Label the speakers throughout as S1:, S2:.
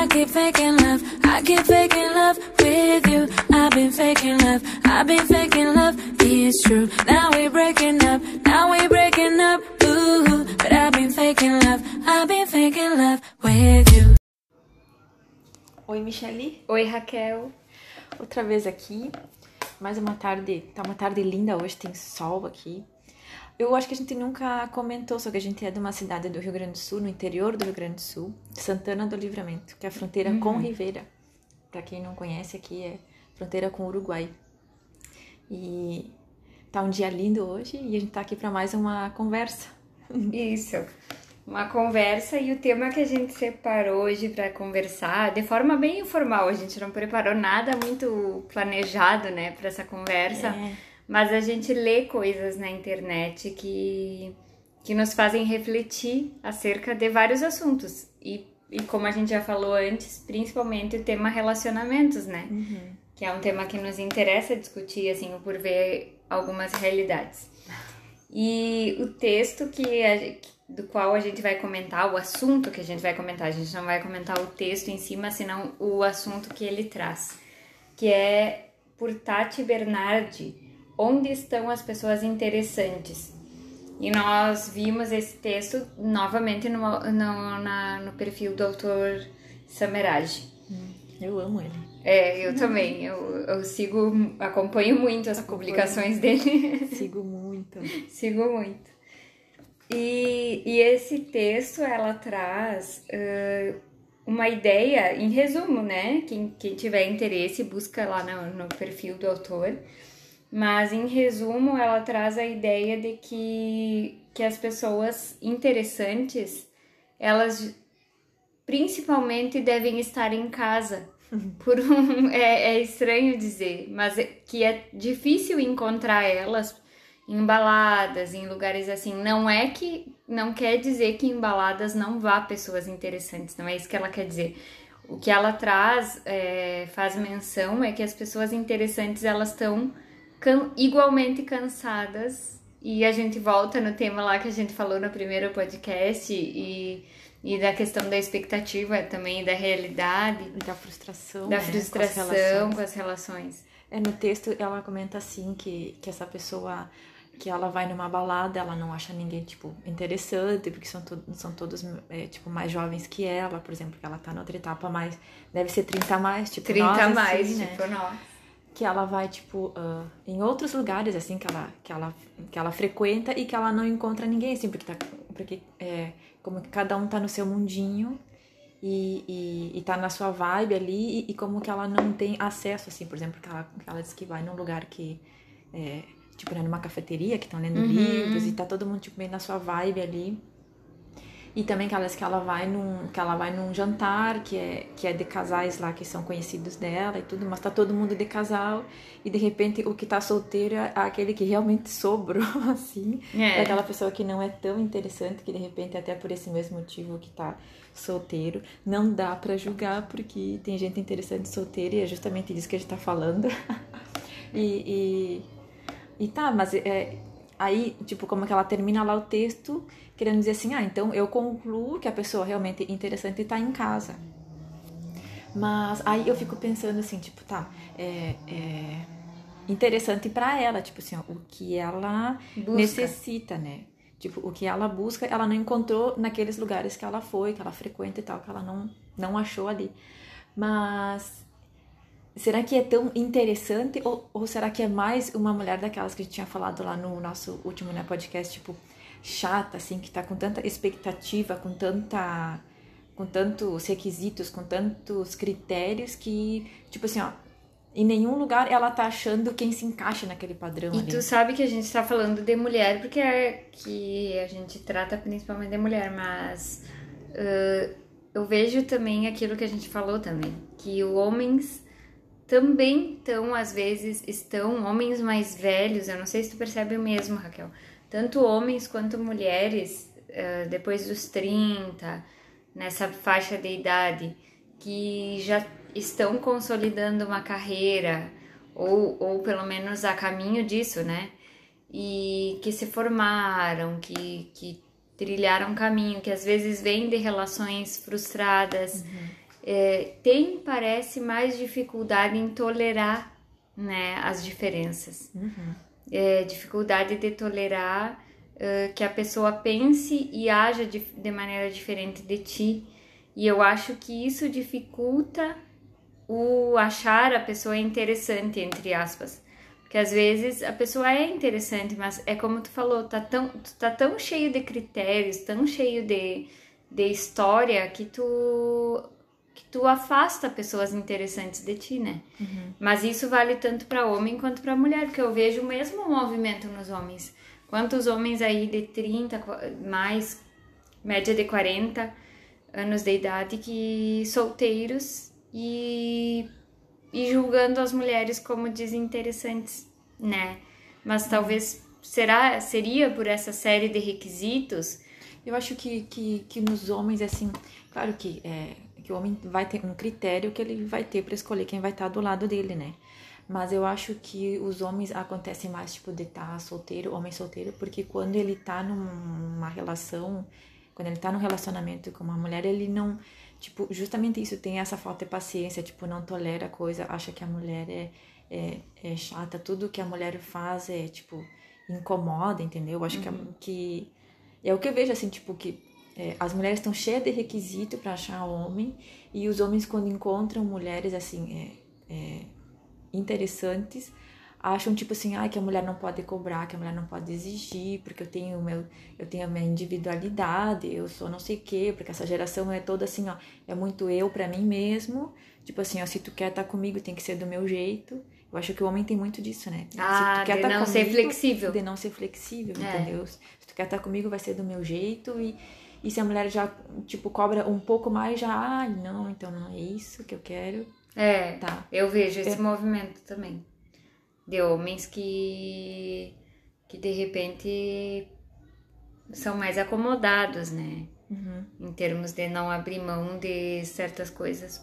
S1: keep faking love, I keep faking love with you. I've been faking love, I've been faking love, it's true. Now we're breaking up, ooh. But I've been faking love with you.
S2: Oi, Michele.
S3: Oi, Raquel.
S2: Outra vez aqui. Mais uma tarde, tá uma tarde linda hoje, tem sol aqui. Eu acho que a gente nunca comentou, só que a gente é de uma cidade do Rio Grande do Sul, no interior do Rio Grande do Sul, Santana do Livramento, que é a fronteira com Rivera. Pra quem não conhece, aqui é fronteira com o Uruguai. E tá um dia lindo hoje e a gente tá aqui pra mais uma conversa.
S3: Isso, uma conversa, e o tema que a gente separou hoje pra conversar, de forma bem informal, a gente não preparou nada muito planejado, né, pra essa conversa. Mas a gente lê coisas na internet que nos fazem refletir acerca de vários assuntos. E como a gente já falou antes, principalmente o tema relacionamentos, né? Que é um tema que nos interessa discutir, assim, por ver algumas realidades. E o texto do qual a gente vai comentar, o assunto que a gente vai comentar, a gente não vai comentar o texto em si, mas senão o assunto que ele traz, que é por Tati Bernardi, Onde Estão as Pessoas Interessantes? E nós vimos esse texto novamente no perfil do autor Sameraj.
S2: Eu amo ele.
S3: Eu também. Eu acompanho muito as publicações dele.
S2: Sigo muito.
S3: Sigo muito. E esse texto, ela traz uma ideia, em resumo, né? Quem tiver interesse, busca lá no perfil do autor. Mas, em resumo, ela traz a ideia de que as pessoas interessantes, elas principalmente devem estar em casa. É estranho dizer, mas que é difícil encontrar elas em baladas, em lugares assim. Não quer dizer que em baladas não vá pessoas interessantes, não é isso que ela quer dizer. O que ela traz, faz menção, é que as pessoas interessantes, elas estão igualmente cansadas, e a gente volta no tema lá que a gente falou no primeiro podcast e da questão da expectativa também, da realidade,
S2: Da frustração,
S3: da
S2: né?
S3: frustração com as relações.
S2: No texto ela comenta assim que essa pessoa, que ela vai numa balada, ela não acha ninguém, tipo, interessante, porque são todos, tipo, mais jovens que ela, por exemplo, que ela tá noutra etapa mais, deve ser 30 a mais, tipo,
S3: 30
S2: nós,
S3: a mais,
S2: assim,
S3: tipo,
S2: né?
S3: nós.
S2: Que ela vai, tipo, em outros lugares, assim, que ela frequenta e que ela não encontra ninguém, assim, porque como que cada um tá no seu mundinho e tá na sua vibe ali, e como que ela não tem acesso, assim, por exemplo, que ela diz que vai num lugar que, tipo, né, numa cafeteria, que estão lendo livros, e tá todo mundo, tipo, meio na sua vibe ali. E também que ela vai num jantar que é de casais lá que são conhecidos dela e tudo, mas tá todo mundo de casal, e de repente o que tá solteiro é aquele que realmente sobrou, assim. É aquela pessoa que não é tão interessante, que de repente, até por esse mesmo motivo que tá solteiro, não dá pra julgar, porque tem gente interessante solteira, e é justamente disso que a gente tá falando. Mas aí, tipo, como que ela termina lá o texto, querendo dizer assim, então eu concluo que a pessoa realmente interessante tá em casa. Mas aí eu fico pensando assim, tipo, interessante pra ela, tipo assim, o que ela necessita, né? Tipo, o que ela busca, ela não encontrou naqueles lugares que ela foi, que ela frequenta e tal, que ela não achou ali. Mas será que é tão interessante, ou será que é mais uma mulher daquelas que a gente tinha falado lá no nosso último, né, podcast, tipo, chata, assim, que tá com tanta expectativa, com tantos requisitos, com tantos critérios, que, tipo assim, ó, em nenhum lugar ela tá achando quem se encaixa naquele padrão ali.
S3: E tu sabe que a gente tá falando de mulher, porque que a gente trata principalmente de mulher, mas eu vejo também aquilo que a gente falou também, que os homens também às vezes homens mais velhos, eu não sei se tu percebe o mesmo, Raquel, tanto homens quanto mulheres, depois dos 30, nessa faixa de idade, que já estão consolidando uma carreira, ou pelo menos a caminho disso, né? E que se formaram, que trilharam um caminho, que às vezes vêm de relações frustradas, parece, mais dificuldade em tolerar, né, as diferenças. Dificuldade de tolerar que a pessoa pense e haja de maneira diferente de ti. E eu acho que isso dificulta o achar a pessoa interessante, entre aspas. Porque às vezes a pessoa é interessante, mas é como tu falou, tu tá tão cheio de critérios, tão cheio de história que tu afasta pessoas interessantes de ti, né? Mas isso vale tanto para homem quanto para mulher, porque eu vejo o mesmo movimento nos homens. Quantos homens aí de 30, mais, média de 40 anos de idade, que solteiros e julgando as mulheres como desinteressantes, né? Mas talvez seria por essa série de requisitos.
S2: Eu acho que nos homens, assim, claro que o homem vai ter um critério que ele vai ter para escolher quem vai estar do lado dele, né? Mas eu acho que os homens acontece mais, tipo, de estar solteiro, homem solteiro, porque quando ele tá numa relação, quando ele tá num relacionamento com uma mulher, ele não, tipo, justamente isso, tem essa falta de paciência, tipo, não tolera a coisa, acha que a mulher é chata, tudo que a mulher faz tipo, incomoda, entendeu? Eu acho que é o que eu vejo, assim, tipo, que as mulheres estão cheias de requisito para achar homem, e os homens, quando encontram mulheres, assim, interessantes, acham, tipo assim, que a mulher não pode cobrar, que a mulher não pode exigir, porque eu tenho a minha individualidade, eu sou não sei o quê, porque essa geração é toda assim, é muito eu pra mim mesmo, tipo assim, se tu quer estar comigo, tem que ser do meu jeito. Eu acho que o homem tem muito disso, né? Se tu quer
S3: de
S2: estar
S3: não
S2: comigo,
S3: ser flexível.
S2: De não ser flexível, entendeu? Se tu quer estar comigo, vai ser do meu jeito, e se a mulher já, tipo, cobra um pouco mais, já, não, então não é isso que eu quero. Tá.
S3: Eu vejo esse movimento também. De homens que de repente são mais acomodados, né? Em termos de não abrir mão de certas coisas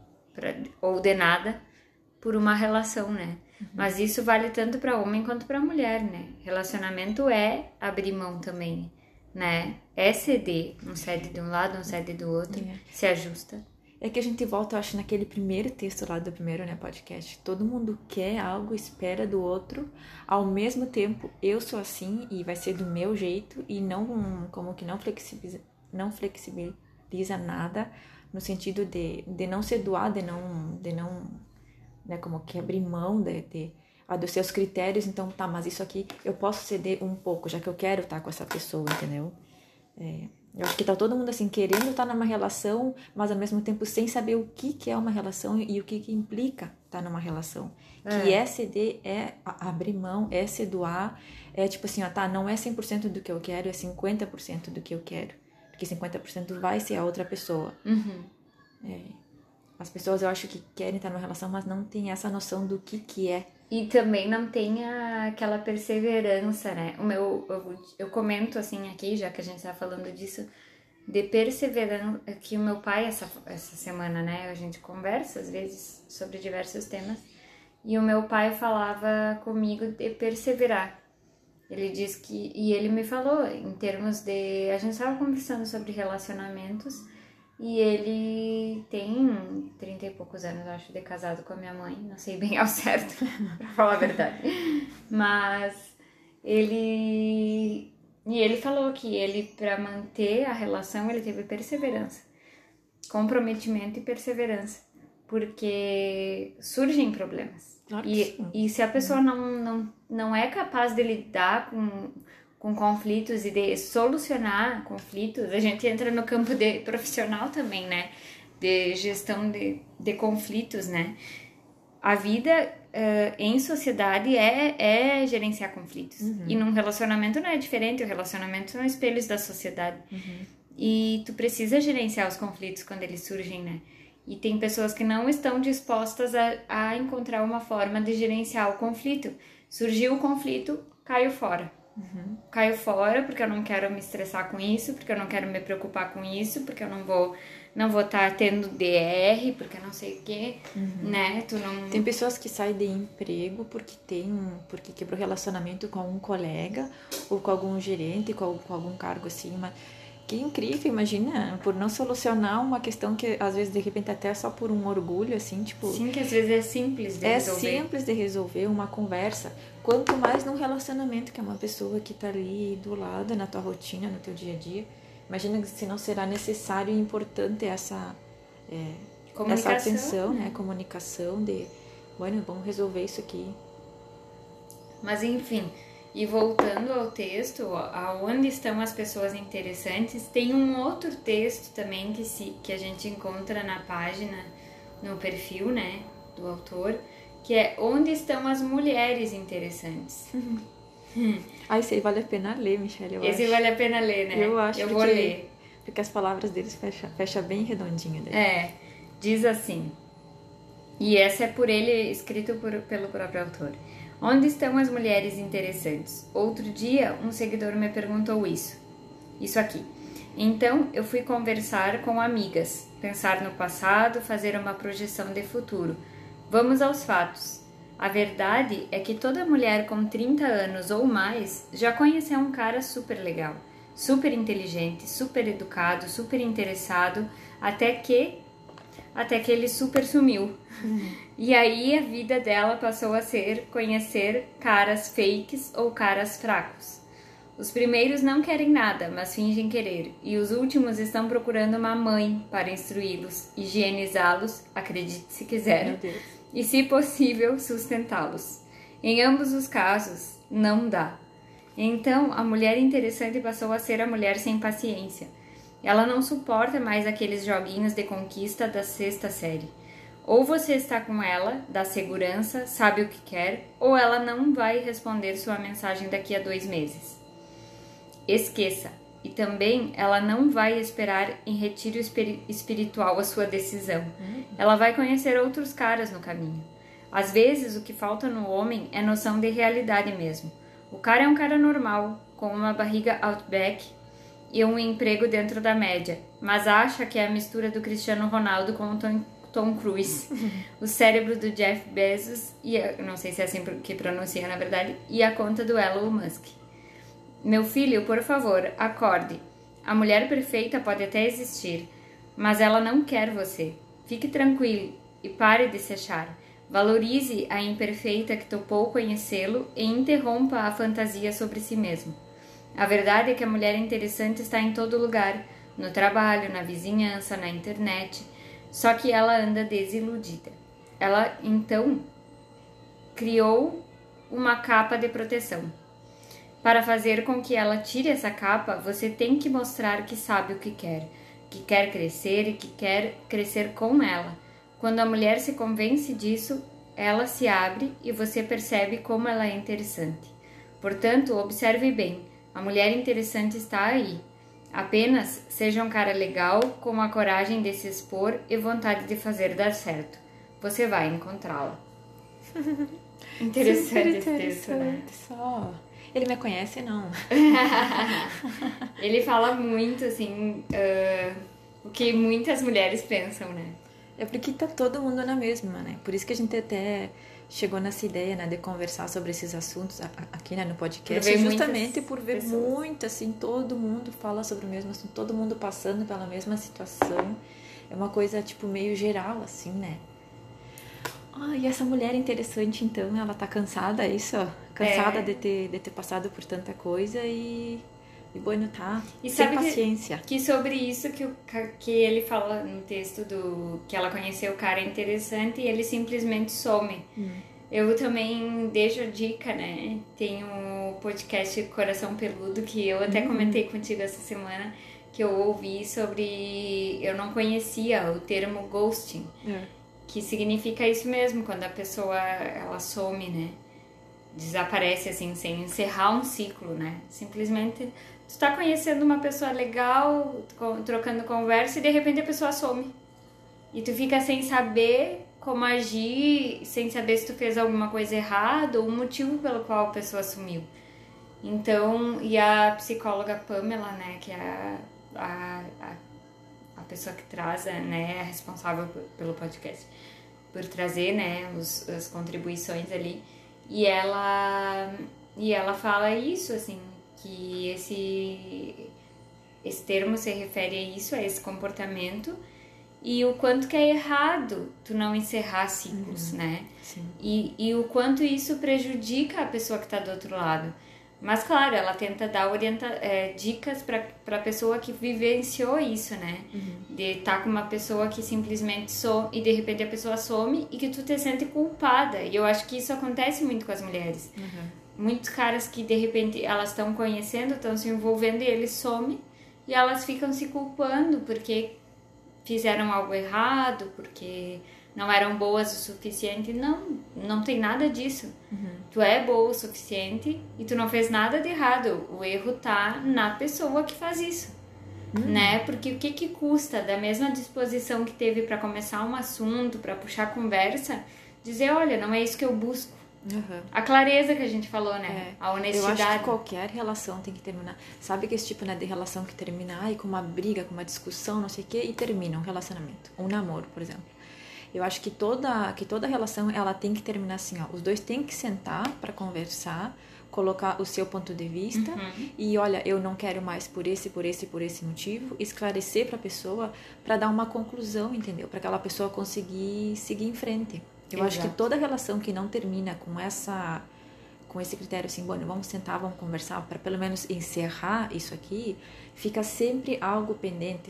S3: ou de nada por uma relação, né? Mas isso vale tanto para homem quanto para mulher, né? Relacionamento é abrir mão também, né? É ceder, um cede de um lado, um cede do outro, se ajusta.
S2: É que a gente volta, eu acho, naquele primeiro texto lá do primeiro, né, podcast. Todo mundo quer algo, espera do outro. Ao mesmo tempo, eu sou assim e vai ser do meu jeito. E não, como que não flexibiliza nada. No sentido de não ser doado, de não, né, como que abrir mão dos seus critérios. Então, tá, mas isso aqui eu posso ceder um pouco, já que eu quero estar com essa pessoa, entendeu? Eu acho que tá todo mundo assim, querendo estar numa relação, mas ao mesmo tempo sem saber o que é uma relação e o que implica estar numa relação. Que é ceder, é abrir mão, é se doar, é tipo assim, não é 100% do que eu quero, é 50% do que eu quero. Porque 50% vai ser a outra pessoa. As pessoas, eu acho que querem estar numa relação, mas não tem essa noção do que é.
S3: E também não tem aquela perseverança, né? Eu comento assim aqui, já que a gente tá falando disso, de perseverança, que o meu pai, essa semana, né? A gente conversa, às vezes, sobre diversos temas, e o meu pai falava comigo de perseverar. Ele diz que... E ele me falou, em termos de... A gente estava conversando sobre relacionamentos, e ele tem 30 e poucos anos, acho, de casado com a minha mãe. Não sei bem ao certo, pra falar a verdade. Mas ele falou que ele, pra manter a relação, ele teve perseverança. Comprometimento e perseverança. Porque surgem problemas.
S2: Claro que sim.
S3: E se a pessoa não é capaz de lidar com conflitos e de solucionar conflitos, a gente entra no campo de profissional também, né? De gestão de conflitos, né? A vida em sociedade é gerenciar conflitos. E num relacionamento não é diferente, o relacionamento são espelhos da sociedade. E tu precisa gerenciar os conflitos quando eles surgem, né? E tem pessoas que não estão dispostas a encontrar uma forma de gerenciar o conflito. Surgiu o conflito, caio fora. Caio fora porque eu não quero me estressar com isso, porque eu não quero me preocupar com isso, porque eu não vou estar tendo DR, porque não sei o quê, né?
S2: Tem pessoas que saem de emprego porque quebrou relacionamento com algum colega ou com algum gerente, com algum cargo assim, mas Que incrível, imagina, por não solucionar uma questão que às vezes de repente até só por um orgulho, assim, tipo...
S3: Sim, que às vezes é simples de resolver.
S2: É simples de resolver uma conversa, quanto mais num relacionamento, que é uma pessoa que tá ali do lado, na tua rotina, no teu dia a dia. Imagina se não será necessário e importante essa atenção, né? Comunicação de, bueno, vamos resolver isso aqui.
S3: Mas enfim, e voltando ao texto, aonde estão as pessoas interessantes, tem um outro texto também que a gente encontra na página, no perfil, né, do autor, que é Onde estão as mulheres interessantes.
S2: Ah, esse aí vale a pena ler, Michelle,
S3: Esse vale a pena ler, né?
S2: Eu acho.
S3: Eu vou ler.
S2: Porque as palavras deles fecha bem redondinho. Daí.
S3: Diz assim, e essa é por ele, escrito pelo próprio autor. Onde estão as mulheres interessantes? Outro dia, um seguidor me perguntou isso aqui. Então, eu fui conversar com amigas, pensar no passado, fazer uma projeção de futuro. Vamos aos fatos. A verdade é que toda mulher com 30 anos ou mais já conheceu um cara super legal, super inteligente, super educado, super interessado, até que ele super sumiu. E aí a vida dela passou a ser conhecer caras fakes ou caras fracos. Os primeiros não querem nada, mas fingem querer, e os últimos estão procurando uma mãe para instruí-los, higienizá-los, acredite se quiser, e se possível sustentá-los. Em ambos os casos, não dá. Então, a mulher interessante passou a ser a mulher sem paciência. Ela não suporta mais aqueles joguinhos de conquista da 6ª série. Ou você está com ela, dá segurança, sabe o que quer, ou ela não vai responder sua mensagem daqui a 2 meses. Esqueça. E também ela não vai esperar em retiro espiritual a sua decisão. Ela vai conhecer outros caras no caminho. Às vezes o que falta no homem é noção de realidade mesmo. O cara é um cara normal, com uma barriga outback e um emprego dentro da média, mas acha que é a mistura do Cristiano Ronaldo com o Tom Cruise, o cérebro do Jeff Bezos, não sei se é assim que pronuncia na verdade, e a conta do Elon Musk. Meu filho, por favor, acorde. A mulher perfeita pode até existir, mas ela não quer você. Fique tranquilo e pare de se achar. Valorize a imperfeita que topou conhecê-lo e interrompa a fantasia sobre si mesmo. A verdade é que a mulher interessante está em todo lugar, no trabalho, na vizinhança, na internet, só que ela anda desiludida. Ela, então, criou uma capa de proteção. Para fazer com que ela tire essa capa, você tem que mostrar que sabe o que quer crescer e que quer crescer com ela. Quando a mulher se convence disso, ela se abre e você percebe como ela é interessante. Portanto, observe bem, a mulher interessante está aí. Apenas seja um cara legal, com a coragem de se expor e vontade de fazer dar certo. Você vai encontrá-la. Interessante esse texto, né?
S2: Só. Ele me conhece, não?
S3: Ele fala muito, assim, o que muitas mulheres pensam, né?
S2: É porque tá todo mundo na mesma, né? Por isso que a gente até chegou nessa ideia, né, de conversar sobre esses assuntos aqui, né, no podcast, justamente por ver muito, assim, todo mundo fala sobre o mesmo assunto, todo mundo passando pela mesma situação. É uma coisa, tipo, meio geral, assim, né? E essa mulher interessante, então, ela tá cansada, é isso? Cansada de ter passado por tanta coisa e bueno, tá
S3: e
S2: sem
S3: sabe
S2: paciência.
S3: Que sobre isso que ele fala no texto que ela conheceu o cara interessante e ele simplesmente some. Eu também deixo a dica, né? Tem um podcast Coração Peludo que eu até comentei contigo essa semana, que eu ouvi sobre... Eu não conhecia o termo ghosting. Que significa isso mesmo, quando a pessoa, ela some, né? Desaparece, assim, sem encerrar um ciclo, né? Simplesmente, tu tá conhecendo uma pessoa legal, trocando conversa, e de repente a pessoa some. E tu fica sem saber como agir, sem saber se tu fez alguma coisa errada, ou o motivo pelo qual a pessoa sumiu. Então, e a psicóloga Pamela, né, que é a pessoa que traz, né, é responsável pelo podcast, por trazer, né, as contribuições ali, e ela fala isso, assim, que esse termo se refere a isso, a esse comportamento, e o quanto que é errado tu não encerrar ciclos, né?
S2: Sim.
S3: E o quanto isso prejudica a pessoa que está do outro lado. Mas, claro, ela tenta dar dicas para a pessoa que vivenciou isso, né? De estar com uma pessoa que simplesmente some e de repente a pessoa some e que tu te sente culpada. E eu acho que isso acontece muito com as mulheres. Muitos caras que de repente elas estão conhecendo, estão se envolvendo e eles somem e elas ficam se culpando porque fizeram algo errado, porque não eram boas o suficiente. Não tem nada disso. Tu é boa o suficiente e tu não fez nada de errado. O erro tá na pessoa que faz isso, né? Porque o que custa, da mesma disposição que teve para começar um assunto, para puxar conversa, dizer, olha, não é isso que eu busco. A clareza que a gente falou, né? A honestidade.
S2: Eu acho que qualquer relação tem que terminar. Sabe que esse tipo, né, de relação que termina com uma briga, com uma discussão, não sei o quê, e termina um relacionamento, um namoro, por exemplo. Eu acho que toda relação, ela tem que terminar assim, ó. Os dois têm que sentar para conversar, colocar o seu ponto de vista e, olha, eu não quero mais por esse motivo, esclarecer para a pessoa, para dar uma conclusão, entendeu? Para aquela pessoa conseguir seguir em frente. Eu acho que toda relação que não termina com esse critério assim, bom, vamos sentar, vamos conversar para pelo menos encerrar isso aqui, fica sempre algo pendente.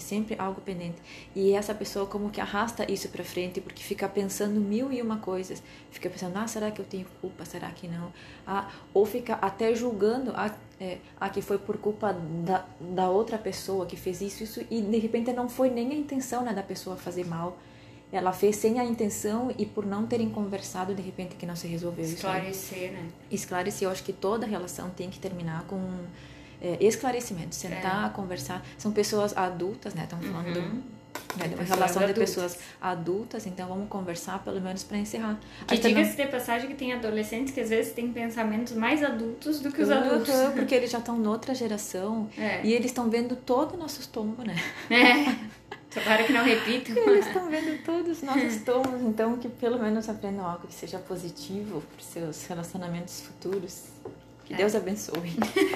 S2: E essa pessoa como que arrasta isso para frente, porque fica pensando mil e uma coisas. Fica pensando, será que eu tenho culpa? Será que não? Ou fica até julgando que foi por culpa da outra pessoa que fez isso, e de repente não foi nem a intenção, né, da pessoa fazer mal. Ela fez sem a intenção e por não terem conversado, de repente que não se resolveu isso.
S3: Esclarecer, né?
S2: Esclarecer, eu acho que toda relação tem que terminar com esclarecimento. Sentar, conversar. São pessoas adultas, né? Estamos falando de uma relação de pessoas adultas, então vamos conversar pelo menos para encerrar.
S3: Que diga-se de passagem que tem adolescentes que às vezes têm pensamentos mais adultos do que os adultos.
S2: Porque eles já estão noutra geração e eles estão vendo todos os nossos tombos, né?
S3: Tomara que não repitam.
S2: Eles estão vendo todos os nossos tombos, então que pelo menos aprendam algo que seja positivo para os seus relacionamentos futuros. Que Deus abençoe.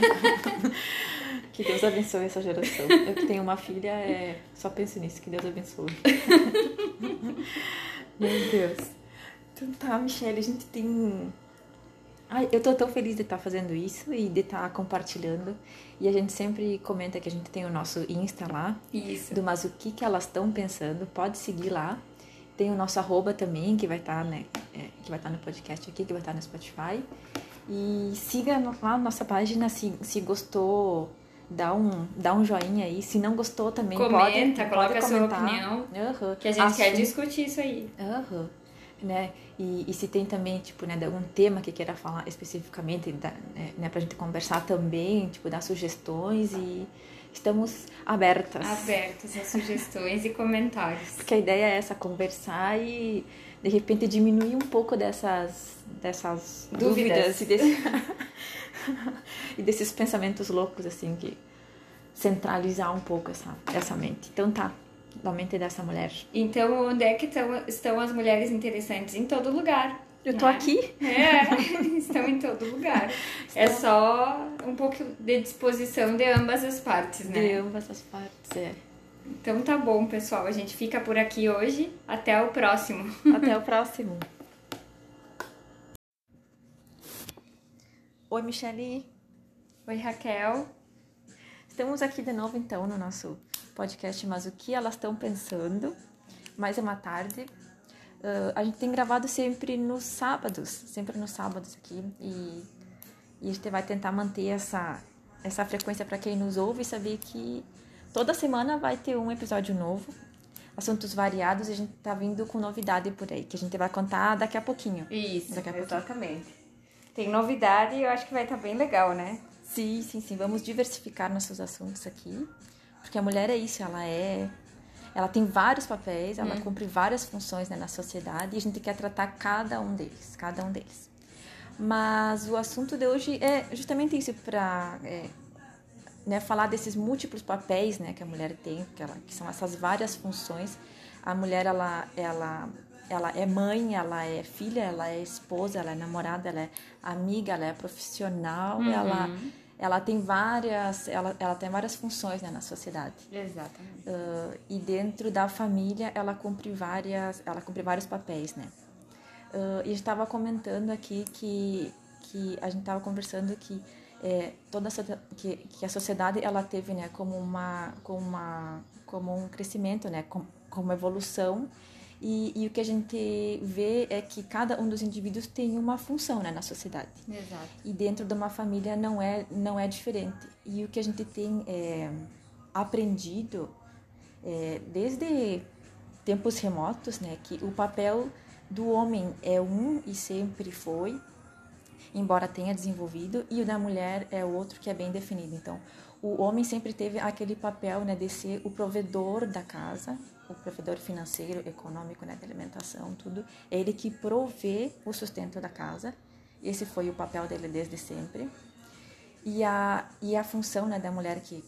S2: Que Deus abençoe essa geração. Eu que tenho uma filha, só penso nisso, que Deus abençoe. Meu Deus. Então tá, Michelle, a gente tem... eu tô tão feliz de estar fazendo isso e de estar compartilhando. E a gente sempre comenta que a gente tem o nosso Insta lá.
S3: Isso.
S2: Do Mas o que elas estão pensando. Pode seguir lá. Tem o nosso @ também, que vai estar, né? Que vai estar no podcast aqui, que vai estar no Spotify. E siga lá a nossa página, se gostou, dá um joinha aí. Se não gostou também,
S3: comenta, coloca
S2: pode
S3: a
S2: comentar.
S3: Sua opinião. Que a gente quer discutir isso aí.
S2: Né? E se tem também, tipo, né, algum tema que queira falar especificamente, né, pra gente conversar também, tipo, dar sugestões, e estamos abertas
S3: a sugestões e comentários.
S2: Porque a ideia é essa, conversar e, de repente, diminuir um pouco dessas dúvidas e desses pensamentos loucos, assim, que centralizar um pouco essa mente. Então tá. Da mente dessa mulher.
S3: Então, onde é que estão as mulheres interessantes? Em todo lugar.
S2: Eu tô aqui.
S3: Estão em todo lugar. É só um pouco de disposição de ambas as partes, né?
S2: De ambas as partes,
S3: Então tá bom, pessoal. A gente fica por aqui hoje. Até o próximo.
S2: Até o próximo. Oi, Michelle.
S3: Oi, Raquel.
S2: Estamos aqui de novo, então, no nosso podcast Mas o que elas estão pensando. Mais uma tarde. A gente tem gravado sempre nos sábados aqui. E a gente vai tentar manter essa frequência para quem nos ouve e saber que toda semana vai ter um episódio novo. Assuntos variados, e a gente tá vindo com novidade por aí, que a gente vai contar daqui a pouquinho.
S3: Isso, exatamente. Tem novidade e eu acho que vai estar bem legal, né?
S2: Sim. Vamos diversificar nossos assuntos aqui. Porque a mulher é isso, ela tem vários papéis, ela cumpre várias funções, né, na sociedade, e a gente quer tratar cada um deles. Mas o assunto de hoje é justamente isso, para falar desses múltiplos papéis, né, que a mulher tem, que são essas várias funções. A mulher, ela é mãe, ela é filha, ela é esposa, ela é namorada, ela é amiga, ela é profissional, ela tem várias funções, né, na sociedade.
S3: Exatamente.
S2: E dentro da família ela cumpre vários papéis, né? E estava comentando aqui que a gente estava conversando que que a sociedade ela teve, né, como um crescimento, né, como uma evolução. E o que a gente vê é que cada um dos indivíduos tem uma função, né, na sociedade.
S3: Exato.
S2: E dentro de uma família não é diferente. E o que a gente tem aprendido desde tempos remotos, né, que o papel do homem é um e sempre foi, embora tenha desenvolvido, e o da mulher é outro que é bem definido. Então, o homem sempre teve aquele papel, né, de ser o provedor da casa, o provedor financeiro, econômico, né, de alimentação, tudo. É ele que provê o sustento da casa. Esse foi o papel dele desde sempre. E a função, né, da mulher que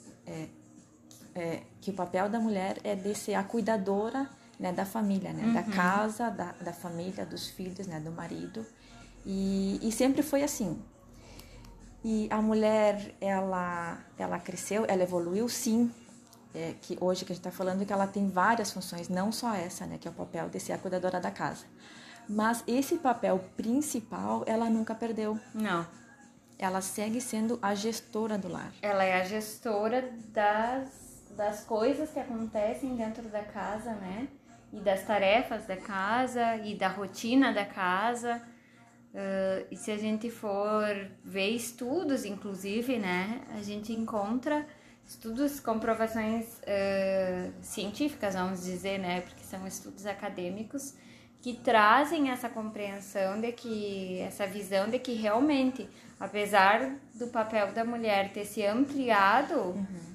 S2: o papel da mulher é de ser a cuidadora, né, da família, né, da casa, da família, dos filhos, né, do marido. E sempre foi assim. E a mulher, ela cresceu, ela evoluiu, sim. Que hoje que a gente está falando que ela tem várias funções, não só essa, né, que é o papel de ser a cuidadora da casa. Mas esse papel principal, ela nunca perdeu.
S3: Não.
S2: Ela segue sendo a gestora do lar.
S3: Ela é a gestora das coisas que acontecem dentro da casa, né? E das tarefas da casa e da rotina da casa. E se a gente for ver estudos, inclusive, né? A gente encontra estudos, comprovações científicas, vamos dizer, né? Porque são estudos acadêmicos que trazem essa compreensão de que, essa visão de que realmente, apesar do papel da mulher ter se ampliado,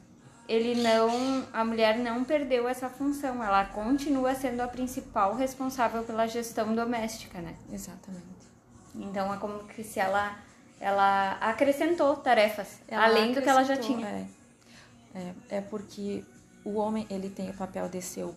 S3: a mulher não perdeu essa função, ela continua sendo a principal responsável pela gestão doméstica, né?
S2: Exatamente.
S3: Então é como que se ela acrescentou tarefas, além do que ela já tinha.
S2: É porque o homem ele tem o papel de ser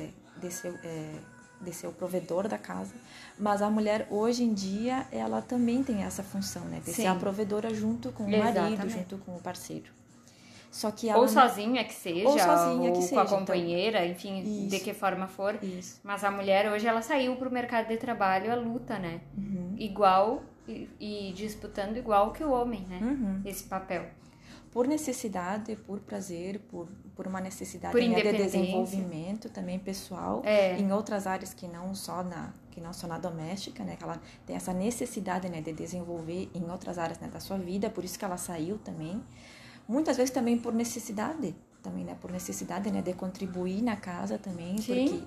S2: o provedor da casa, mas a mulher hoje em dia ela também tem essa função, né, de ser a provedora junto com o marido, junto com o parceiro. Só que ela
S3: sozinha que seja, ou com a companheira, então, enfim, de que forma for.
S2: Isso.
S3: Mas a mulher hoje ela saiu para o mercado de trabalho, a luta, né? Igual e disputando igual que o homem, né? Esse papel.
S2: Por necessidade, por prazer, por uma necessidade
S3: por
S2: de desenvolvimento também pessoal, em outras áreas que não só na doméstica, né? Que ela tem essa necessidade, né, de desenvolver em outras áreas, né, da sua vida, por isso que ela saiu também. Muitas vezes também por necessidade, né, de contribuir na casa também, porque,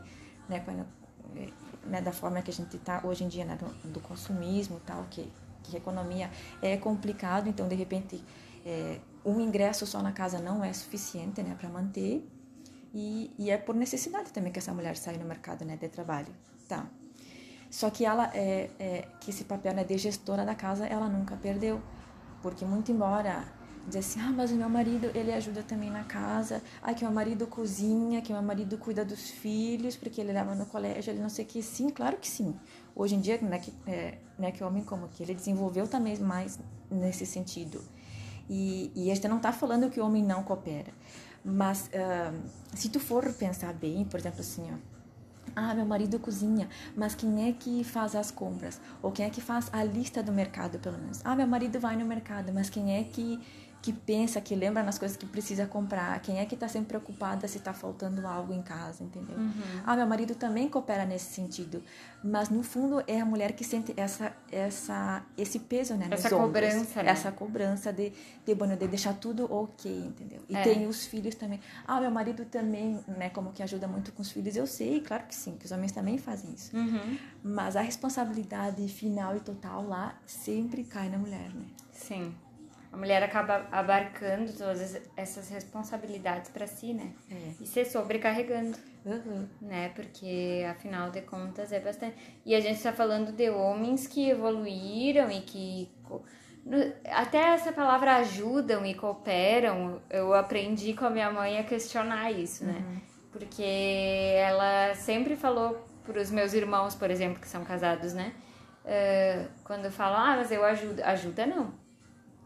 S2: né, da forma que a gente está hoje em dia, né, do consumismo e tal, que a economia é complicado, então de repente um ingresso só na casa não é suficiente, né, para manter, e é por necessidade também que essa mulher sai no mercado, né, de trabalho, tá? Só que ela que esse papel, né, de gestora da casa ela nunca perdeu, porque muito embora dizer assim, mas o meu marido, ele ajuda também na casa, que o meu marido cozinha, que o meu marido cuida dos filhos, porque ele leva no colégio, ele não sei o que, sim, claro que sim. Hoje em dia, que o homem como que ele desenvolveu também mais nesse sentido. E a gente não está falando que o homem não coopera, mas se tu for pensar bem, por exemplo assim, meu marido cozinha, mas quem é que faz as compras? Ou quem é que faz a lista do mercado, pelo menos? Meu marido vai no mercado, mas quem é que pensa, que lembra nas coisas que precisa comprar? Quem é que está sempre preocupada se está faltando algo em casa, entendeu? Meu marido também coopera nesse sentido, mas no fundo é a mulher que sente esse peso, né,
S3: essa
S2: nos
S3: cobrança,
S2: ombros,
S3: né?
S2: Essa cobrança de deixar tudo ok, entendeu? E tem os filhos também. Meu marido também, né, como que ajuda muito com os filhos. Eu sei, claro que sim, que os homens também fazem isso. Mas a responsabilidade final e total lá sempre cai na mulher, né?
S3: Sim. A mulher acaba abarcando todas essas responsabilidades para si, né? E se sobrecarregando, né? Porque, afinal de contas, é bastante... E a gente está falando de homens que evoluíram e que... Até essa palavra ajudam e cooperam, eu aprendi com a minha mãe a questionar isso, né? Porque ela sempre falou para os meus irmãos, por exemplo, que são casados, né? Quando falam, mas eu ajudo. Ajuda não.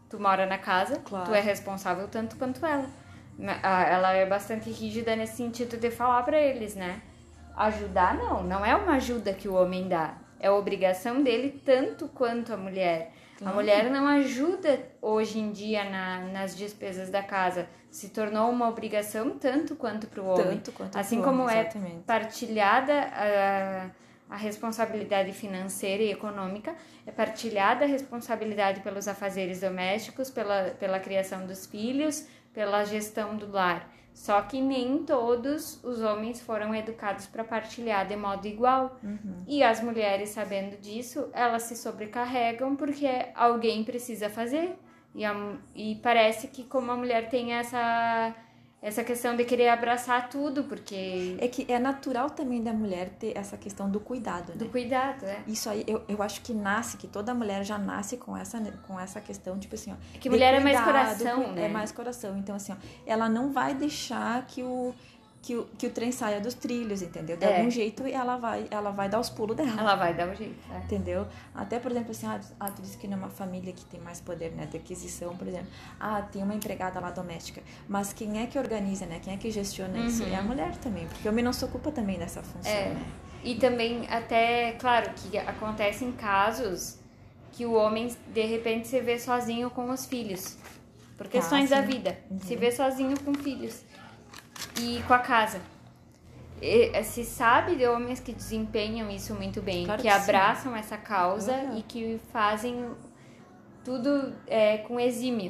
S3: Tu mora na casa,
S2: Claro.
S3: tu é responsável tanto quanto ela. Ela é bastante rígida nesse sentido de falar pra eles, né? Ajudar, não é uma ajuda que o homem dá. É obrigação dele tanto quanto a mulher. A mulher não ajuda hoje em dia nas despesas da casa. Se tornou uma obrigação tanto quanto pro homem.
S2: Tanto quanto
S3: assim
S2: pro
S3: como
S2: homem,
S3: é
S2: exatamente.
S3: partilhada a responsabilidade financeira e econômica, é partilhada a responsabilidade pelos afazeres domésticos, pela criação dos filhos, pela gestão do lar. Só que nem todos os homens foram educados para partilhar de modo igual. E as mulheres, sabendo disso, elas se sobrecarregam porque alguém precisa fazer. E parece que como a mulher tem essa questão de querer abraçar tudo, porque...
S2: É que é natural também da mulher ter essa questão do cuidado, né?
S3: Do cuidado,
S2: Isso aí, eu acho que toda mulher já nasce com essa questão, tipo assim, ó.
S3: É que mulher é mais
S2: cuidado,
S3: coração, né?
S2: É mais coração. Então, assim, ó, ela não vai deixar que o trem saia dos trilhos, entendeu? De algum jeito ela vai dar os pulos dela.
S3: Ela vai dar o jeito, né?
S2: Entendeu? Até, por exemplo, assim, tu disse que numa família que tem mais poder, né, de aquisição, por exemplo, tem uma empregada lá doméstica, mas quem é que organiza, né? Quem é que gestiona isso? É a mulher também, porque o homem não se ocupa também dessa função, né?
S3: E também, até, claro, que acontecem casos que o homem, de repente, se vê sozinho com os filhos, por questões da vida, se vê sozinho com filhos e com a casa. Se sabe de homens que desempenham isso muito bem,
S2: Claro
S3: que
S2: que
S3: abraçam essa causa e que fazem tudo com exímio.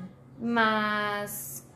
S3: Mas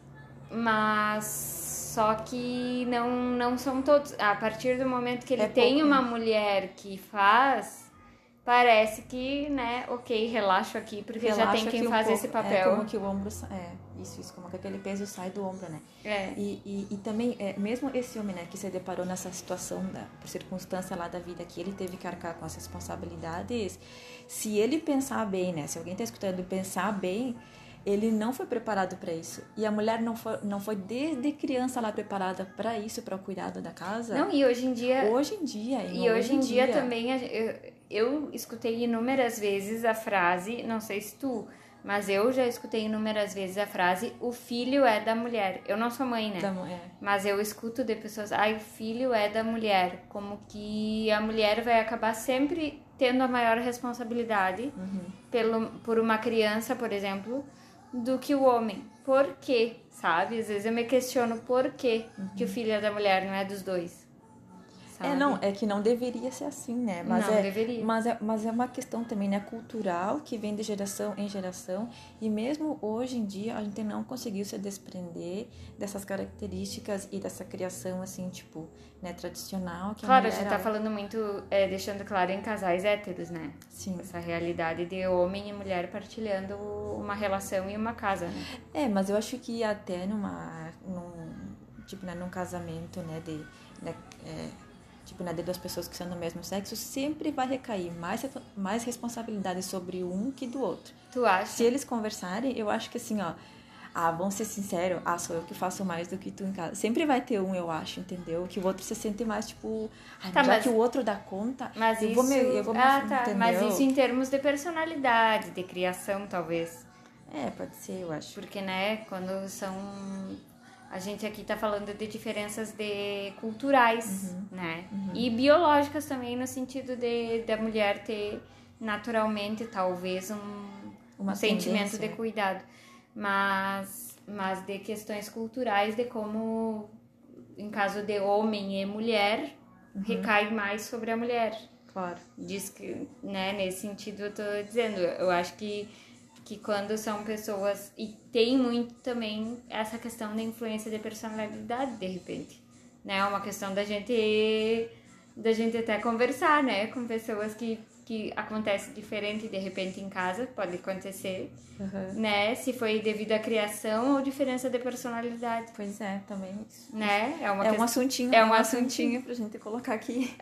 S3: só que não são todos. A partir do momento que ele tem
S2: pouco,
S3: uma mulher que faz, parece que, né, ok, relaxo aqui, porque já tem quem faz esse papel.
S2: É como que o ombro isso, como que aquele peso sai do ombro, né? E também, mesmo esse homem, né, que se deparou nessa situação, por circunstância lá da vida, que ele teve que arcar com as responsabilidades, se ele pensar bem, né, se alguém tá escutando pensar bem, ele não foi preparado para isso. E a mulher não foi desde criança lá preparada para isso, para o cuidado da casa.
S3: Não, e hoje em dia...
S2: Hoje em dia
S3: também, eu escutei inúmeras vezes a frase, não sei se tu... Mas eu já escutei inúmeras vezes a frase, o filho é da mulher. Eu não sou mãe, né? Mas eu escuto de pessoas, o filho é da mulher. Como que a mulher vai acabar sempre tendo a maior responsabilidade por uma criança, por exemplo, do que o homem. Por quê? Sabe? Às vezes eu me questiono por quê que o filho é da mulher, não é dos dois.
S2: É que não deveria ser assim, né? Mas
S3: deveria.
S2: Mas é uma questão também, né, cultural, que vem de geração em geração, e mesmo hoje em dia a gente não conseguiu se desprender dessas características e dessa criação, assim, tipo, né, tradicional. Que
S3: claro, a gente tá falando muito, deixando claro em casais héteros, né?
S2: Sim.
S3: Essa realidade de homem e mulher partilhando uma relação e uma casa, né?
S2: Mas eu acho que até num casamento, né, de duas pessoas que são do mesmo sexo, sempre vai recair mais responsabilidade sobre um que do outro.
S3: Tu acha?
S2: Se eles conversarem, eu acho que assim, vamos ser sinceros, sou eu que faço mais do que tu em casa. Sempre vai ter um, eu acho, entendeu? Que o outro se sente mais, tipo, que o outro dá conta, eu vou me entendeu?
S3: Mas isso em termos de personalidade, de criação, talvez.
S2: Pode ser, eu acho.
S3: Porque, né, quando são... A gente aqui tá falando de diferenças culturais, né? E biológicas também, no sentido da mulher ter naturalmente, talvez, um sentimento de cuidado. Mas de questões culturais, de como, em caso de homem e mulher, recai mais sobre a mulher.
S2: Claro.
S3: Diz que, né, nesse sentido eu tô dizendo, eu acho que quando são pessoas... E tem muito também essa questão da influência de personalidade, de repente. Né? É uma questão da gente até conversar, né? Com pessoas que acontece diferente, de repente, em casa. Pode acontecer, né? Se foi devido à criação ou diferença de personalidade.
S2: Pois é, também isso.
S3: Né?
S2: Um assuntinho. É um assuntinho pra gente colocar aqui.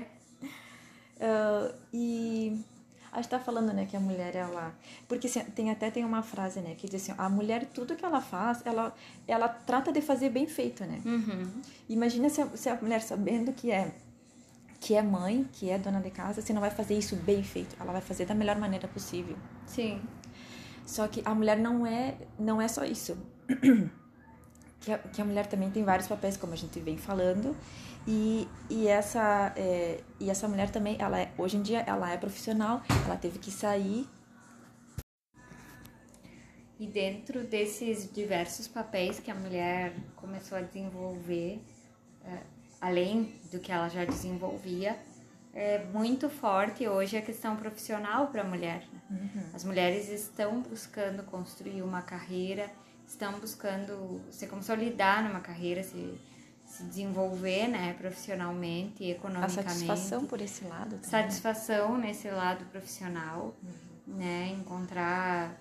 S2: E... A gente tá falando, né, que a mulher, ela... Porque assim, tem uma frase, né, que diz assim, a mulher, tudo que ela faz, ela trata de fazer bem feito, né? Imagina se a mulher, sabendo que é mãe, que é dona de casa, se não vai fazer isso bem feito. Ela vai fazer da melhor maneira possível.
S3: Sim.
S2: Só que a mulher não é só isso. Que a mulher também tem vários papéis, como a gente vem falando, e essa mulher também, hoje em dia, ela é profissional, ela teve que sair.
S3: E dentro desses diversos papéis que a mulher começou a desenvolver, além do que ela já desenvolvia, é muito forte hoje a questão profissional para a mulher. Né? As mulheres estão buscando construir uma carreira, estão buscando se consolidar numa carreira, se desenvolver, né, profissionalmente, economicamente.
S2: A satisfação por esse lado também.
S3: Satisfação nesse lado profissional, né, encontrar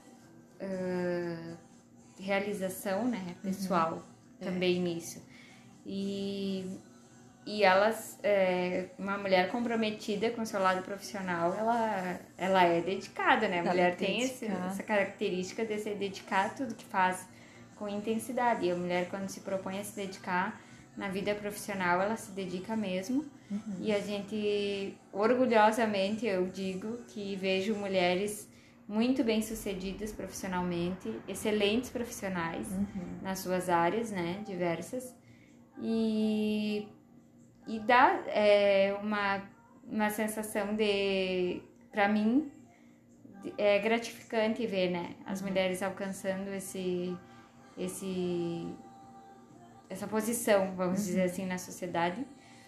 S3: realização, né, pessoal também nisso. E elas, uma mulher comprometida com o seu lado profissional, ela é dedicada, né? A mulher tem essa característica de se dedicar a tudo que faz com intensidade. E a mulher, quando se propõe a se dedicar na vida profissional, ela se dedica mesmo. E a gente, orgulhosamente, eu digo que vejo mulheres muito bem-sucedidas profissionalmente, excelentes profissionais nas suas áreas, né? Diversas. E dá uma sensação de, para mim, é gratificante ver, né, as mulheres alcançando essa posição, vamos dizer assim, na sociedade,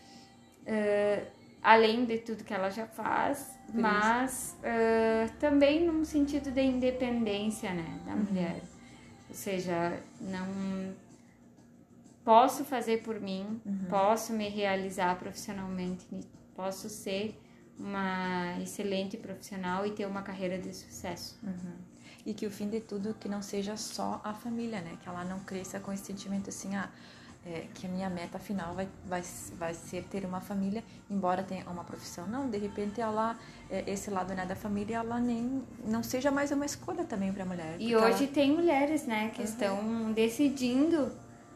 S3: além de tudo que ela já faz, mas também num sentido de independência, né, da mulher, ou seja, não posso fazer por mim, posso me realizar profissionalmente, posso ser uma excelente profissional e ter uma carreira de sucesso.
S2: E que o fim de tudo, que não seja só a família, né? Que ela não cresça com esse sentimento assim, que a minha meta final vai ser ter uma família, embora tenha uma profissão. Não, de repente ela, esse lado, né, da família, ela não seja mais uma escolha também para a mulher.
S3: E hoje tem mulheres, né, que estão decidindo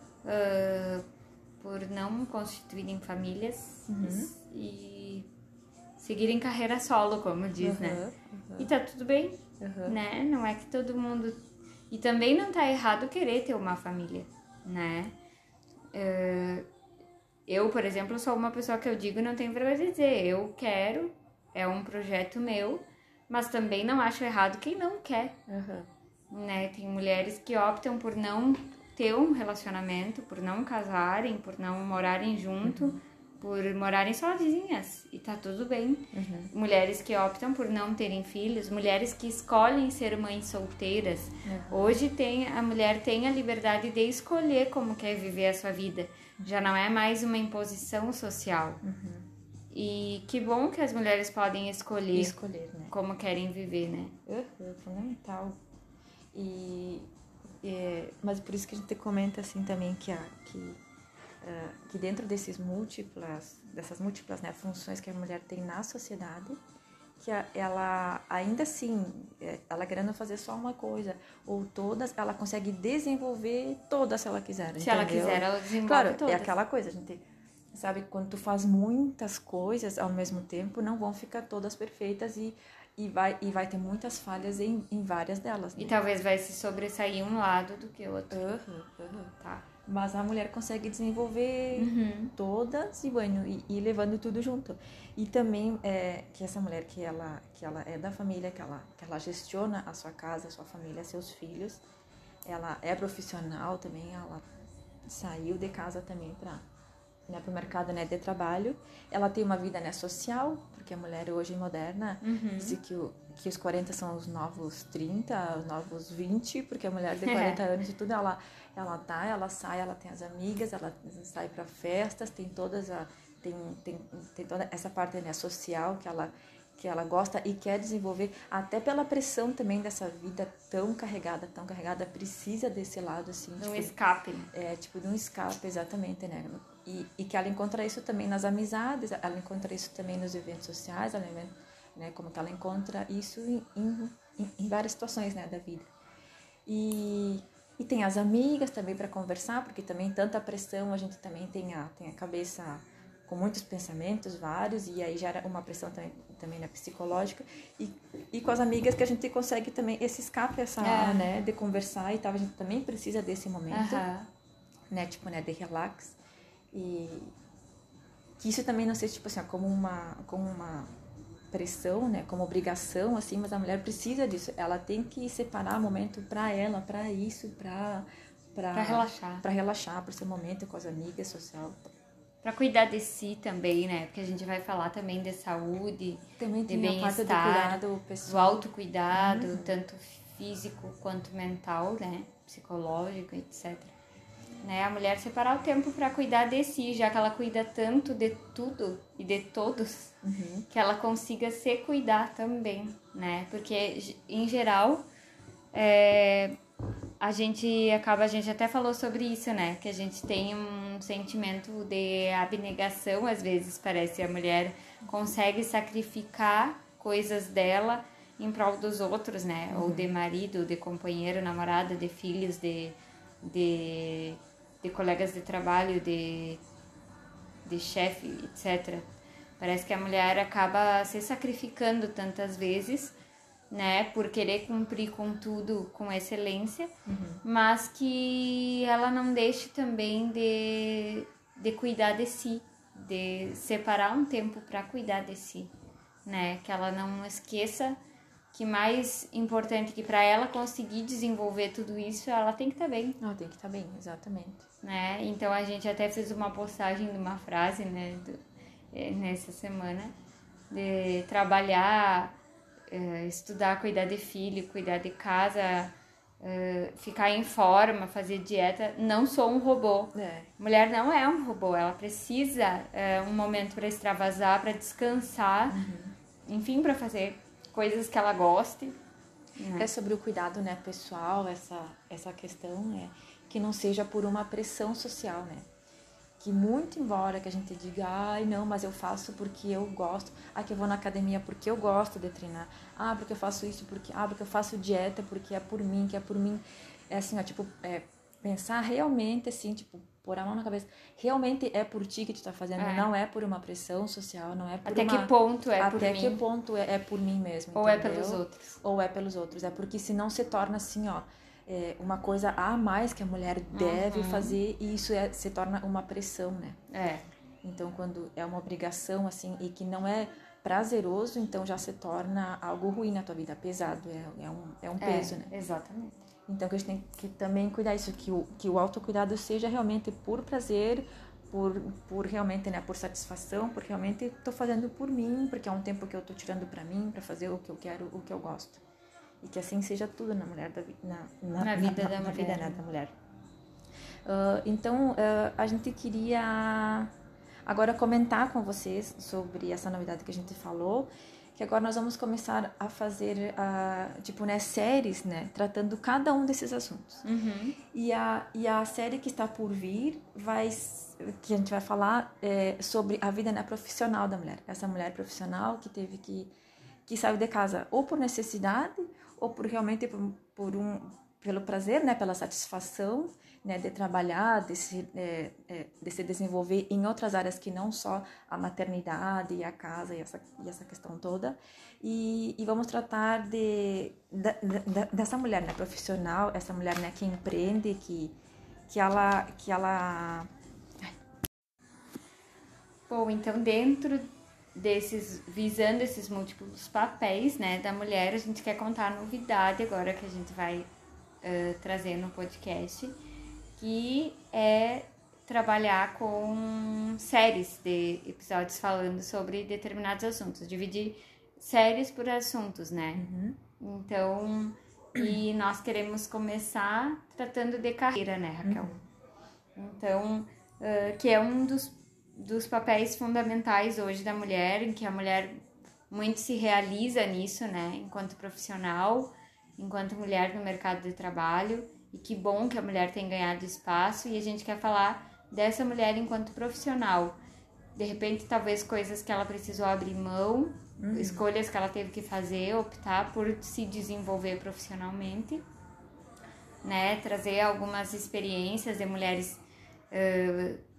S3: por não constituírem famílias e seguirem carreira solo, como diz, né? E tá tudo bem, né? Não é que todo mundo... E também não tá errado querer ter uma família, né? Eu, por exemplo, sou uma pessoa que eu digo e não tenho vergonha de dizer. Eu quero, é um projeto meu, mas também não acho errado quem não quer, né? Tem mulheres que optam por não ter um relacionamento, por não casarem, por não morarem junto, por morarem sozinhas, e tá tudo bem. Mulheres que optam por não terem filhos, mulheres que escolhem ser mães solteiras. Hoje a mulher tem a liberdade de escolher como quer viver a sua vida. Já não é mais uma imposição social. E que bom que as mulheres podem escolher né, como querem viver, né?
S2: Fundamental. Mas por isso que a gente comenta assim também que dentro dessas múltiplas, né, funções que a mulher tem na sociedade, que ela ainda assim, ela querendo fazer só uma coisa ou todas, ela consegue desenvolver todas se ela quiser.
S3: Se ela quiser, ela desenvolve
S2: claro,
S3: todas.
S2: É aquela coisa, a gente sabe que quando tu faz muitas coisas ao mesmo tempo, não vão ficar todas perfeitas e vai ter muitas falhas em várias delas. Né?
S3: E talvez vai se sobressair um lado do que o outro.
S2: Tá. Mas a mulher consegue desenvolver todas e levando tudo junto. E também que essa mulher que ela é da família, que ela gestiona a sua casa, a sua família, seus filhos. Ela é profissional também, ela saiu de casa também para o mercado, né, de trabalho. Ela tem uma vida, né, social, porque a mulher hoje moderna diz que os 40 são os novos 30, os novos 20, porque a mulher de 40 anos e tudo, ela sai, ela tem as amigas, ela sai para festas, tem toda essa parte, né, social que ela gosta e quer desenvolver, até pela pressão também dessa vida tão carregada, precisa desse lado, assim.
S3: De um escape.
S2: De um escape, exatamente, né? E que ela encontra isso também nas amizades, ela encontra isso também nos eventos sociais, né? Como que ela encontra isso em várias situações, né, da vida. E tem as amigas também para conversar, porque também tanta pressão, a gente também tem a cabeça com muitos pensamentos, vários, e aí gera uma pressão também né, psicológica, e com as amigas que a gente consegue também esse escape, né, de conversar e tal, a gente também precisa desse momento, né, tipo, né, de relax, e que isso também não seja, tipo assim, como uma pressão, né, como obrigação, assim, mas a mulher precisa disso, ela tem que separar momento para ela, para isso, para relaxar, para ser momento com as amigas, social.
S3: Para cuidar de si também, né? Porque a gente vai falar também de saúde,
S2: também
S3: de
S2: tem
S3: bem-estar,
S2: a parte do cuidado pessoal,
S3: do autocuidado, tanto físico quanto mental, né? Psicológico, etc. Né? A mulher separar o tempo para cuidar de si, já que ela cuida tanto de tudo e de todos, que ela consiga se cuidar também, né? Porque, em geral, a gente até falou sobre isso, né? Que a gente tem um sentimento de abnegação, às vezes parece a mulher consegue sacrificar coisas dela em prol dos outros, né? Ou de marido, de companheiro, namorada, de filhos, de colegas de trabalho, de chefe, etc. Parece que a mulher acaba se sacrificando tantas vezes, né, por querer cumprir com tudo com excelência, mas que ela não deixe também de cuidar de si, de separar um tempo para cuidar de si, né, que ela não esqueça que mais importante que para ela conseguir desenvolver tudo isso, ela tem que estar bem.
S2: Ela tem que estar bem, exatamente.
S3: Né? Então a gente até fez uma postagem de uma frase, né, nessa semana, de trabalhar, estudar, cuidar de filho, cuidar de casa, ficar em forma, fazer dieta. Não sou um robô. Mulher não é um robô, ela precisa um momento para extravasar, para descansar, enfim, para fazer coisas que ela goste.
S2: É sobre o cuidado, né, pessoal, essa questão, né, que não seja por uma pressão social, né? Que muito embora que a gente diga, ai, não, mas eu faço porque eu gosto, que eu vou na academia porque eu gosto de treinar, porque eu faço isso, porque eu faço dieta porque é por mim, que é por mim, é assim, ó, tipo, pensar realmente, assim, tipo, pôr a mão na cabeça, realmente é por ti que tu tá fazendo, não é por uma pressão social, não é por
S3: até que ponto é por mim?
S2: Até que ponto é por mim mesmo,
S3: ou
S2: entendeu?
S3: é pelos outros.
S2: Ou é pelos outros, porque senão se torna assim, ó, uma coisa a mais que a mulher deve fazer, e isso se torna uma pressão, né? Então, quando é uma obrigação, assim, e que não é prazeroso, então já se torna algo ruim na tua vida, pesado, é um peso, né?
S3: Exatamente.
S2: Então, que a gente tem que também cuidar isso, que o autocuidado seja realmente por prazer, por realmente, né, por satisfação, porque realmente estou fazendo por mim, porque é um tempo que eu estou tirando para mim, para fazer o que eu quero, o que eu gosto. E que assim seja tudo na mulher, na vida da mulher. Então, a gente queria agora comentar com vocês sobre essa novidade que a gente falou, que agora nós vamos começar a fazer, tipo, né, séries, né, tratando cada um desses assuntos. E a série que está por vir, que a gente vai falar sobre a vida, né, profissional da mulher. Essa mulher profissional que teve que saiu de casa ou por necessidade, ou por realmente pelo prazer, né, pela satisfação, né, de trabalhar, de se desenvolver em outras áreas que não só a maternidade e a casa e essa questão toda. E vamos tratar dessa mulher, né, profissional, essa mulher, né, que empreende, que ela...
S3: Bom, então visando esses múltiplos papéis, né, da mulher, a gente quer contar a novidade agora que a gente vai trazer no podcast, que é trabalhar com séries de episódios falando sobre determinados assuntos, dividir séries por assuntos, né? Então, e nós queremos começar tratando de carreira, né, Raquel? Então, que é um dos papéis fundamentais hoje da mulher, em que a mulher muito se realiza nisso, né, enquanto profissional, enquanto mulher no mercado de trabalho, e que bom que a mulher tem ganhado espaço, e a gente quer falar dessa mulher enquanto profissional, de repente talvez coisas que ela precisou abrir mão, escolhas que ela teve que fazer, optar por se desenvolver profissionalmente, né, trazer algumas experiências de mulheres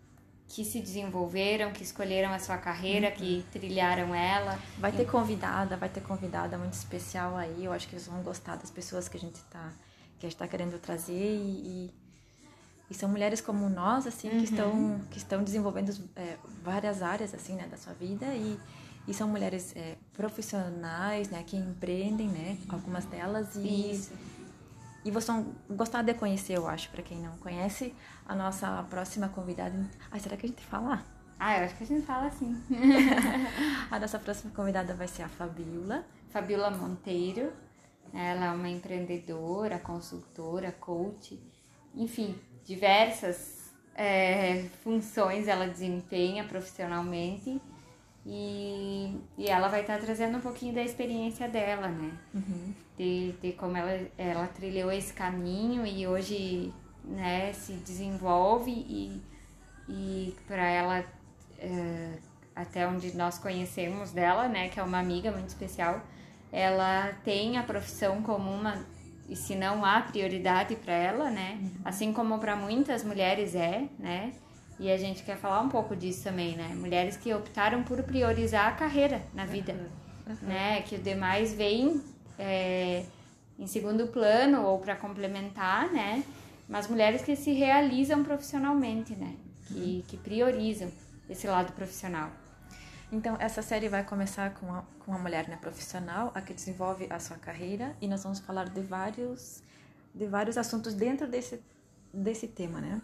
S3: que se desenvolveram, que escolheram a sua carreira, que trilharam ela.
S2: Vai ter convidada muito especial aí. Eu acho que eles vão gostar das pessoas que a gente tá querendo trazer e são mulheres como nós, assim, que estão desenvolvendo várias áreas, assim, né, da sua vida e são mulheres profissionais, né, que empreendem, né, algumas delas e vocês vão gostar de conhecer, eu acho, para quem não conhece, a nossa próxima convidada. Ai, será que a gente fala?
S3: Eu acho que a gente fala assim.
S2: A nossa próxima convidada vai ser a Fabiola.
S3: Fabiola Monteiro. Ela é uma empreendedora, consultora, coach, enfim, diversas funções ela desempenha profissionalmente e ela vai estar trazendo um pouquinho da experiência dela, né? De como ela trilhou esse caminho e hoje, né, se desenvolve e para ela, até onde nós conhecemos dela, né, que é uma amiga muito especial, ela tem a profissão como uma, e se não a prioridade para ela, né? Assim como para muitas mulheres né? E a gente quer falar um pouco disso também, né? Mulheres que optaram por priorizar a carreira na vida, né? Que o demais vem em segundo plano ou para complementar, né? Mas mulheres que se realizam profissionalmente, né? Que priorizam esse lado profissional.
S2: Então, essa série vai começar com uma mulher, né, profissional, a que desenvolve a sua carreira, e nós vamos falar de vários assuntos dentro desse tema, né?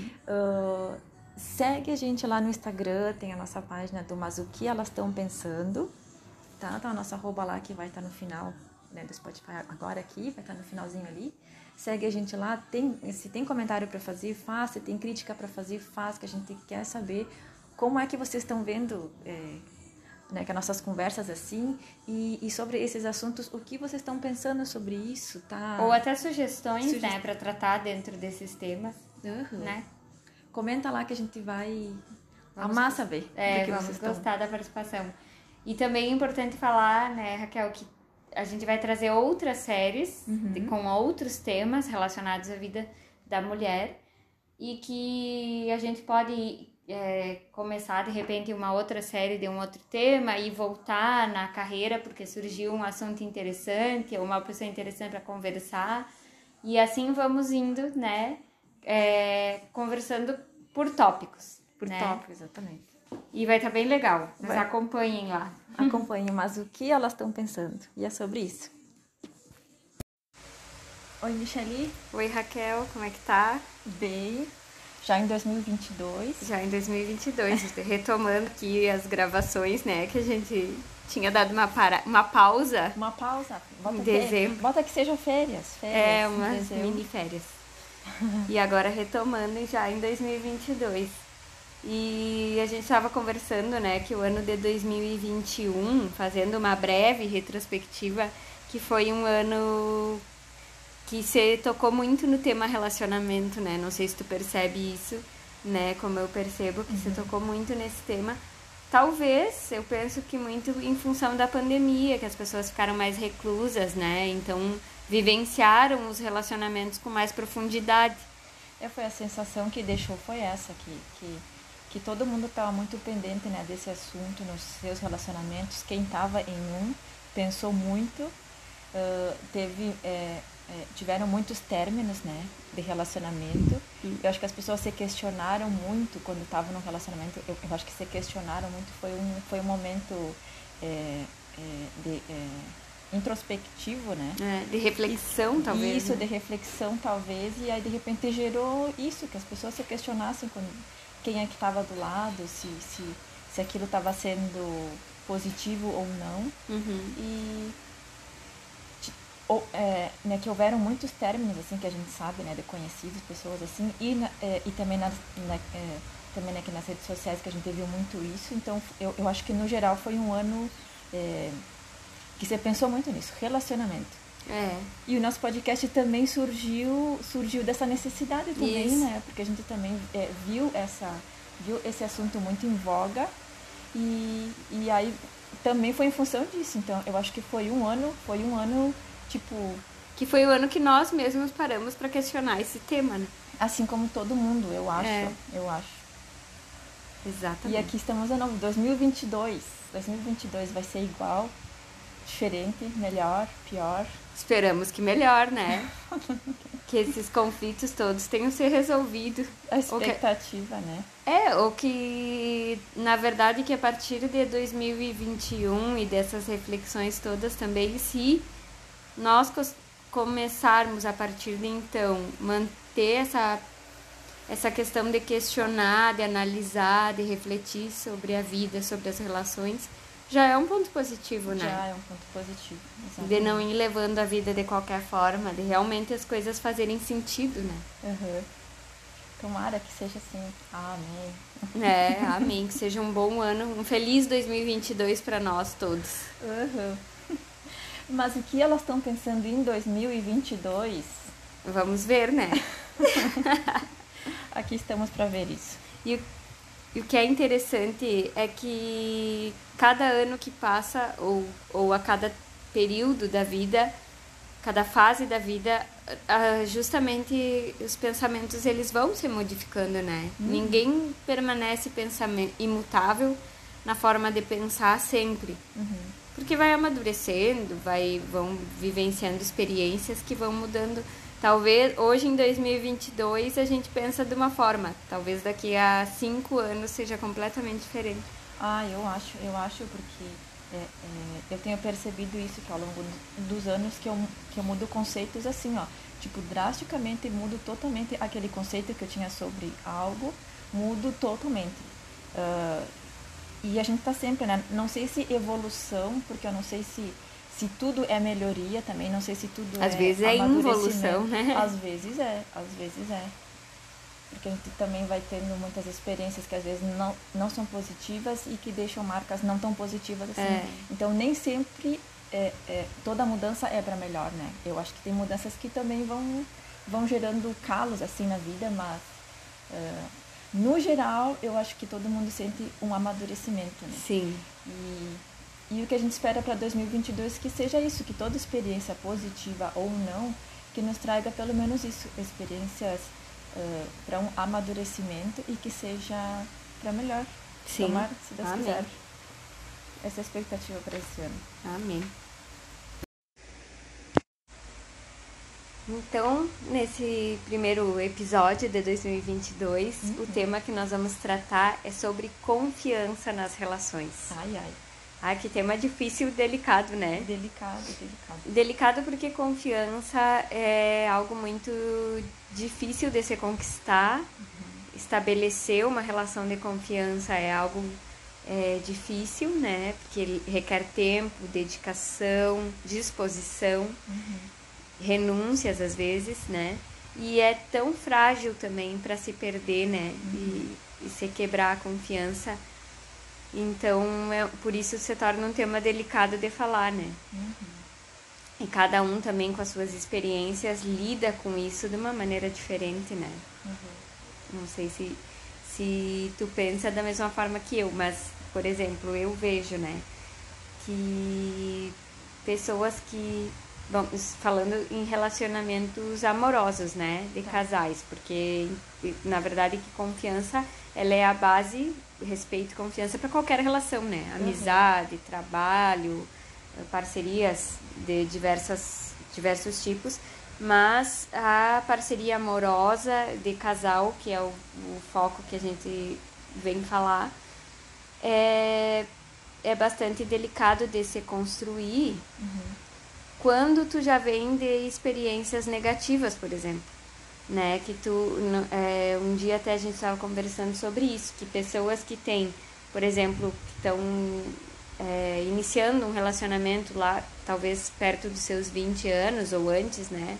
S2: Segue a gente lá no Instagram, tem a nossa página do Mas o que elas estão pensando, tá? Tá a nossa arroba lá que vai estar no final, né, do Spotify agora aqui, vai estar no finalzinho ali. Segue a gente lá, se tem comentário para fazer, faz, se tem crítica para fazer, faz, que a gente quer saber como é que vocês estão vendo, né, que as nossas conversas assim, e sobre esses assuntos, o que vocês estão pensando sobre isso, tá?
S3: Ou até sugestões, né, para tratar dentro desses temas, né?
S2: Comenta lá que a gente vai amar saber.
S3: Vamos gostar da participação. E também é importante falar, né, Raquel, que a gente vai trazer outras séries com outros temas relacionados à vida da mulher e que a gente pode começar de repente uma outra série de um outro tema e voltar na carreira porque surgiu um assunto interessante ou uma pessoa interessante para conversar e assim vamos indo, né, conversando por tópicos.
S2: Exatamente.
S3: E vai estar bem legal. Vocês acompanhem lá.
S2: Acompanhem, mas o que elas estão pensando? E é sobre isso. Oi, Micheli.
S3: Oi, Raquel. Como é que tá?
S2: Bem. Já em 2022.
S3: Já em 2022. Retomando aqui as gravações, né? Que a gente tinha dado uma pausa.
S2: Uma pausa.
S3: Em dezembro.
S2: Bota que seja férias.
S3: Umas mini férias. E agora retomando já em 2022. E a gente estava conversando, né, que o ano de 2021, fazendo uma breve retrospectiva, que foi um ano que se tocou muito no tema relacionamento, né? Não sei se tu percebe isso, né? Como eu percebo que se tocou muito nesse tema. Talvez, eu penso que muito em função da pandemia, que as pessoas ficaram mais reclusas, né? Então, vivenciaram os relacionamentos com mais profundidade.
S2: Foi a sensação que deixou, foi essa, que todo mundo estava muito pendente, né, desse assunto nos seus relacionamentos. Quem estava em pensou muito, tiveram muitos términos, né, de relacionamento. Eu acho que as pessoas se questionaram muito quando estavam no relacionamento. Eu acho que se questionaram muito. Foi um momento introspectivo, né?
S3: De reflexão, talvez.
S2: Isso,
S3: né?
S2: De reflexão, talvez. E aí, de repente, gerou isso, que as pessoas se questionassem quem é que estava do lado, se aquilo estava sendo positivo ou não. E né, que houveram muitos términos, assim, que a gente sabe, né, de conhecidos, pessoas assim, e também também aqui nas redes sociais que a gente viu muito isso. Então, eu acho que no geral foi um ano que você pensou muito nisso, relacionamento. E o nosso podcast também surgiu dessa necessidade também, isso, né? Porque a gente também viu esse assunto muito em voga e aí também foi em função disso. Então, eu acho que foi um ano tipo...
S3: Que foi o ano que nós mesmos paramos para questionar esse tema, né?
S2: Assim como todo mundo, eu acho.
S3: Exatamente.
S2: E aqui estamos de novo, 2022. 2022 vai ser igual, diferente, melhor, pior.
S3: Esperamos que melhor, né? Que esses conflitos todos tenham se resolvido.
S2: A expectativa, né?
S3: Ou que, na verdade, que a partir de 2021 e dessas reflexões todas também, se nós começarmos a partir de então, manter essa questão de questionar, de analisar, de refletir sobre a vida, sobre as relações, já é um ponto positivo, né?
S2: Já é um ponto positivo, exatamente.
S3: De não ir levando a vida de qualquer forma, de realmente as coisas fazerem sentido, né?
S2: Uhum. Tomara que seja assim. Amém.
S3: Amém. Que seja um bom ano, um feliz 2022 para nós todos.
S2: Uhum. Mas o que elas estão pensando em 2022?
S3: Vamos ver, né?
S2: Aqui estamos para ver isso.
S3: E o que é interessante é que cada ano que passa, ou a cada período da vida, cada fase da vida, justamente os pensamentos eles vão se modificando, né? Ninguém permanece imutável na forma de pensar sempre. Porque vai amadurecendo, vão vivenciando experiências que vão mudando. Talvez hoje em 2022 a gente pensa de uma forma, talvez daqui a 5 anos seja completamente diferente.
S2: Eu acho porque eu tenho percebido isso, que ao longo dos anos que eu mudo conceitos assim, ó, tipo, drasticamente mudo totalmente aquele conceito que eu tinha sobre algo, mudo totalmente. E a gente tá sempre, né? Não sei se evolução, porque eu não sei se tudo é melhoria também, não sei se tudo
S3: às vezes é involução, né?
S2: Às vezes é. Porque a gente também vai tendo muitas experiências que às vezes não são positivas e que deixam marcas não tão positivas assim. Então nem sempre toda mudança é para melhor, né? Eu acho que tem mudanças que também vão gerando calos assim na vida, mas no geral eu acho que todo mundo sente um amadurecimento, né?
S3: Sim.
S2: E o que a gente espera para 2022 que seja isso, que toda experiência positiva ou não, que nos traga pelo menos isso, experiências para um amadurecimento e que seja para melhor.
S3: Sim.
S2: Tomara, se Deus
S3: Amém.
S2: quiser. Essa é a expectativa para esse ano.
S3: Amém. Então, nesse primeiro episódio de 2022, o tema que nós vamos tratar é sobre confiança nas relações. Ai, que tema difícil e delicado, né?
S2: Delicado.
S3: Delicado porque confiança é algo muito difícil de se conquistar. Estabelecer uma relação de confiança é algo difícil, né? Porque ele requer tempo, dedicação, disposição, renúncias às vezes, né? E é tão frágil também para se perder, né? E se quebrar a confiança. Então, por isso se torna um tema delicado de falar, né? E cada um também com as suas experiências lida com isso de uma maneira diferente, né? Não sei se tu pensa da mesma forma que eu, mas, por exemplo, eu vejo, né? Que pessoas que... Vamos falando em relacionamentos amorosos, né? De casais, porque, na verdade, que confiança, ela é a base, respeito e confiança para qualquer relação, né? Amizade, trabalho, parcerias de diversos tipos, mas a parceria amorosa de casal, que é o foco que a gente vem falar, é bastante delicado de se construir quando tu já vem de experiências negativas, por exemplo, né? Que um dia até a gente estava conversando sobre isso, que pessoas que têm, por exemplo, que estão iniciando um relacionamento lá, talvez perto dos seus 20 anos ou antes, né?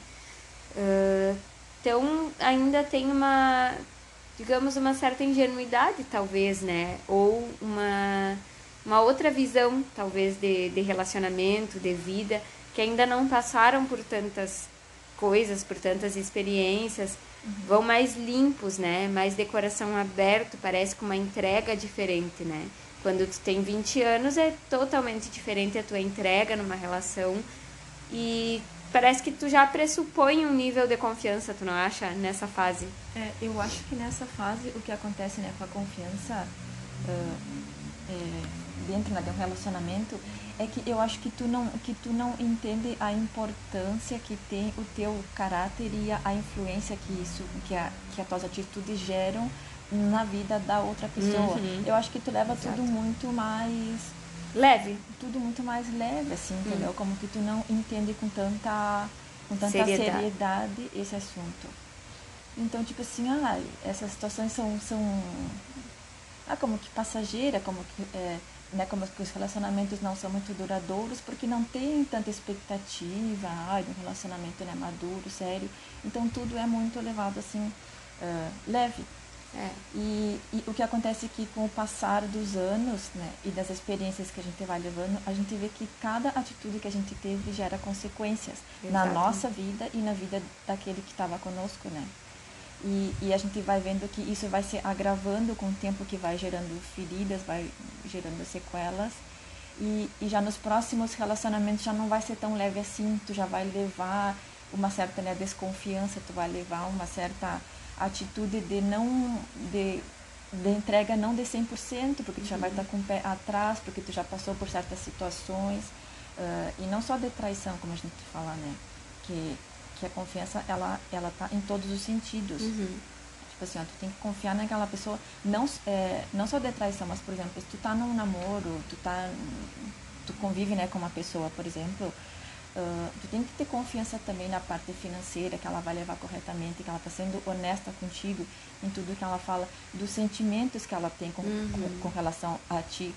S3: Então ainda tem uma certa ingenuidade, talvez, né? Ou uma outra visão, talvez, de relacionamento, de vida, que ainda não passaram por tantas coisas, por tantas experiências, vão mais limpos, né? Mais de coração aberto, parece com uma entrega diferente, né? Quando tu tem 20 anos é totalmente diferente a tua entrega numa relação e parece que tu já pressupõe um nível de confiança, tu não acha, nessa fase?
S2: Eu acho que nessa fase o que acontece, né, com a confiança dentro, né, de um relacionamento, é que eu acho que tu não entende a importância que tem o teu caráter e a influência que as tuas atitudes geram na vida da outra pessoa. Eu acho que tu leva
S3: Exato.
S2: tudo muito mais leve, assim, entendeu? Como que tu não entende com tanta seriedade esse assunto. Então, tipo assim, essas situações são como que passageira, como que né, como que os relacionamentos não são muito duradouros, porque não tem tanta expectativa de um relacionamento, né, maduro, sério. Então tudo é muito levado assim, leve. E o que acontece é que com o passar dos anos, né, e das experiências que a gente vai levando, a gente vê que cada atitude que a gente teve gera consequências na nossa vida e na vida daquele que estava conosco, né? E a gente vai vendo que isso vai se agravando com o tempo, que vai gerando feridas, vai gerando sequelas. E já nos próximos relacionamentos já não vai ser tão leve assim, tu já vai levar uma certa, né, desconfiança, tu vai levar uma certa atitude de entrega não de 100%, porque tu já vai estar com o pé atrás, porque tu já passou por certas situações, e não só de traição, como a gente fala, né, que a confiança, ela tá em todos os sentidos. Tipo assim, tu tem que confiar naquela pessoa, não só de traição, mas, por exemplo, se tu tá num namoro, tu convive, né, com uma pessoa, por exemplo, tu tem que ter confiança também na parte financeira, que ela vai levar corretamente, que ela tá sendo honesta contigo em tudo que ela fala, dos sentimentos que ela tem com relação a ti,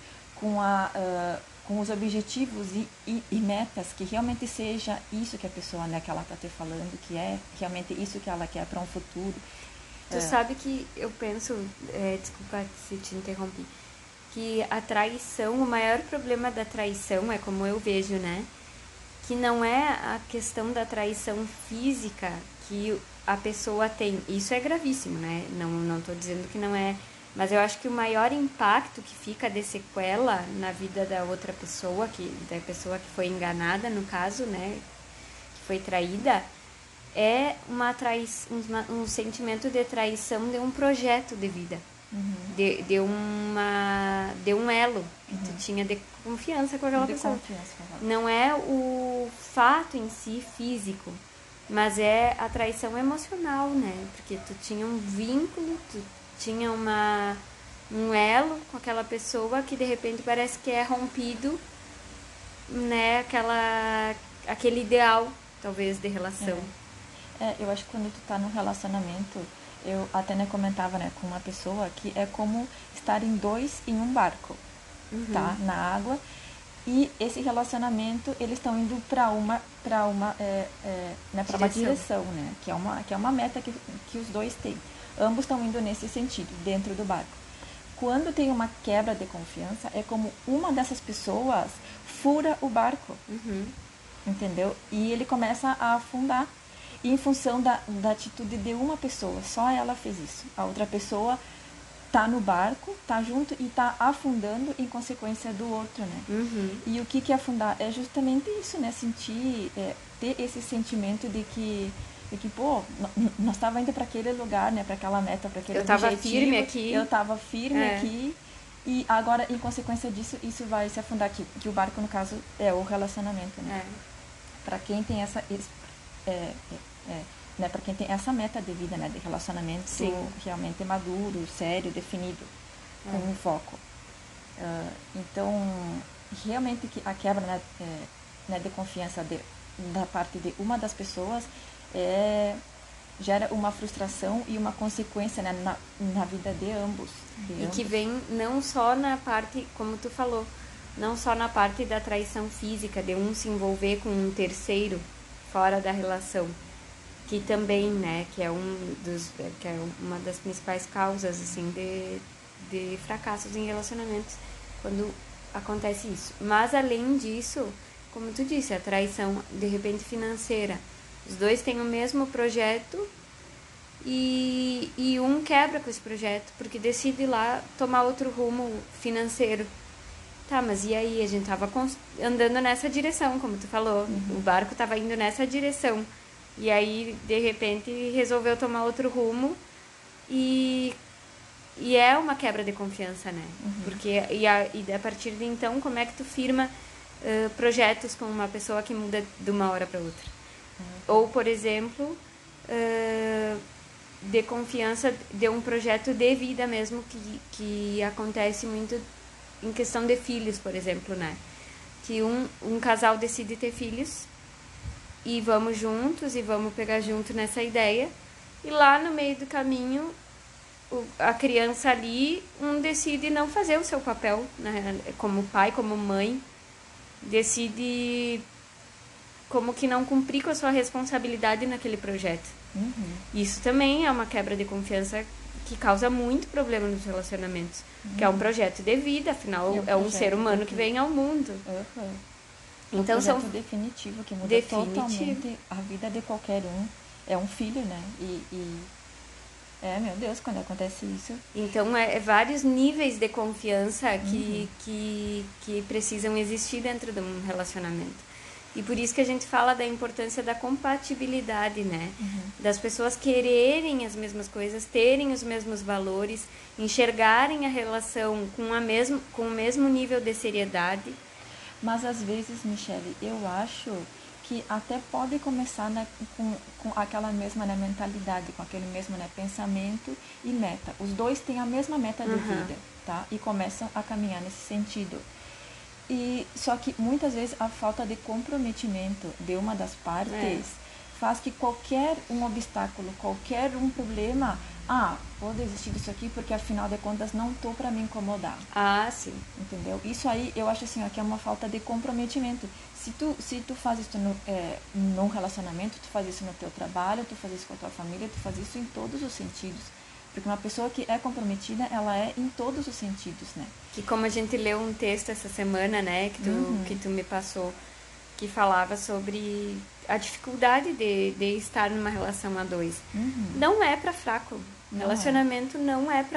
S2: com os objetivos e metas, que realmente seja isso que a pessoa, né, que ela está te falando, que é realmente isso que ela quer para um futuro.
S3: Tu sabe que eu penso, desculpa se te interrompi, que a traição, o maior problema da traição é como eu vejo, né? Que não é a questão da traição física que a pessoa tem. Isso é gravíssimo, né? Não tô dizendo que não é. Mas eu acho que o maior impacto que fica de sequela na vida da outra pessoa, da pessoa que foi enganada, no caso, né, que foi traída, é um sentimento de traição de um projeto de vida, de um elo que tu tinha de confiança com aquela pessoa. Não é o fato em si físico, mas é a traição emocional, né? Porque tu tinha um vínculo, tu tinha um elo com aquela pessoa que de repente parece que é rompido, né? Aquele ideal, talvez, de relação.
S2: Eu acho que quando tu tá num relacionamento, eu até, né, comentava, né, com uma pessoa que é como estarem dois em um barco, tá? Na água. E esse relacionamento, eles estão indo para uma direção, né? Que é uma meta que os dois têm. Ambos estão indo nesse sentido, dentro do barco. Quando tem uma quebra de confiança, é como uma dessas pessoas fura o barco, entendeu? E ele começa a afundar. E em função da atitude de uma pessoa, só ela fez isso. A outra pessoa tá no barco, tá junto e tá afundando em consequência do outro, né? E o que é afundar? É justamente isso, né? Sentir, ter esse sentimento de que pô, nós estava indo para aquele lugar, né, para aquela meta, para aquele objetivo. Eu estava firme aqui. E agora, em consequência disso, isso vai se afundar aqui. Que o barco, no caso, é o relacionamento, né? Para quem tem essa né, para quem tem essa meta de vida, né, de relacionamento realmente maduro, sério, definido, com um foco. Então, realmente que a quebra, né, de confiança da parte de uma das pessoas gera uma frustração e uma consequência, né, na vida de ambos.
S3: Que vem não só na parte, como tu falou, não só na parte da traição física, de um se envolver com um terceiro fora da relação, que também, né, que é uma das principais causas, assim, de fracassos em relacionamentos, quando acontece isso. Mas, além disso, como tu disse, a traição, de repente, financeira. Os dois têm o mesmo projeto e um quebra com esse projeto, porque decide ir lá tomar outro rumo financeiro. Tá, mas e aí? A gente tava andando nessa direção, como tu falou. O barco tava indo nessa direção. E aí, de repente, resolveu tomar outro rumo e E é uma quebra de confiança, né? Porque, e a partir de então, como é que tu firma projetos com uma pessoa que muda de uma hora para outra? Ou, por exemplo, de confiança de um projeto de vida mesmo, que acontece muito em questão de filhos, por exemplo, né? Que um casal decide ter filhos e vamos juntos e vamos pegar junto nessa ideia. E lá no meio do caminho, a criança ali, decide não fazer o seu papel, né? Como pai, como mãe, decide como que não cumprir com a sua responsabilidade naquele projeto. Isso também é uma quebra de confiança que causa muito problema nos relacionamentos, que é um projeto de vida, afinal é um ser humano que vem ao mundo. Então
S2: são definitivo que muda totalmente a vida de qualquer um. É um filho, né? Meu Deus, quando acontece isso.
S3: Então, vários níveis de confiança que precisam existir dentro de um relacionamento. E por isso que a gente fala da importância da compatibilidade, né? Das pessoas quererem as mesmas coisas, terem os mesmos valores, enxergarem a relação com o mesmo nível de seriedade.
S2: Mas às vezes, Michele, eu acho que até pode começar, né, com aquela mesma, né, mentalidade, com aquele mesmo, né, pensamento e meta. Os dois têm a mesma meta de vida, tá? E começam a caminhar nesse sentido. Só que muitas vezes a falta de comprometimento de uma das partes faz que qualquer um obstáculo, qualquer um problema, vou desistir disso aqui porque afinal de contas não tô para me incomodar.
S3: Sim.
S2: Entendeu? Isso aí eu acho assim, que é uma falta de comprometimento. Se tu faz isso num relacionamento, tu faz isso no teu trabalho, tu faz isso com a tua família, tu faz isso em todos os sentidos. Porque uma pessoa que é comprometida, ela é em todos os sentidos, né?
S3: Que como a gente leu um texto essa semana, né, que tu me passou, que falava sobre a dificuldade de estar numa relação a dois. Não é pra fraco. Relacionamento não é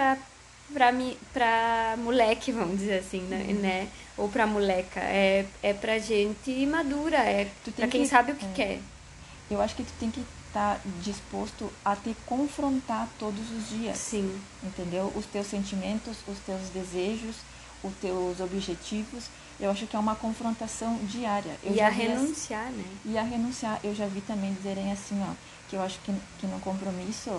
S3: pra moleque, vamos dizer assim, né? Ou pra moleca. É pra gente madura, pra quem sabe o que quer.
S2: Eu acho que tu tem que estar disposto a te confrontar todos os dias.
S3: Sim.
S2: Entendeu? Os teus sentimentos, os teus desejos, os teus objetivos. Eu acho que é uma confrontação diária.
S3: Renunciar, né?
S2: E a renunciar. Eu já vi também dizerem assim, que eu acho que no compromisso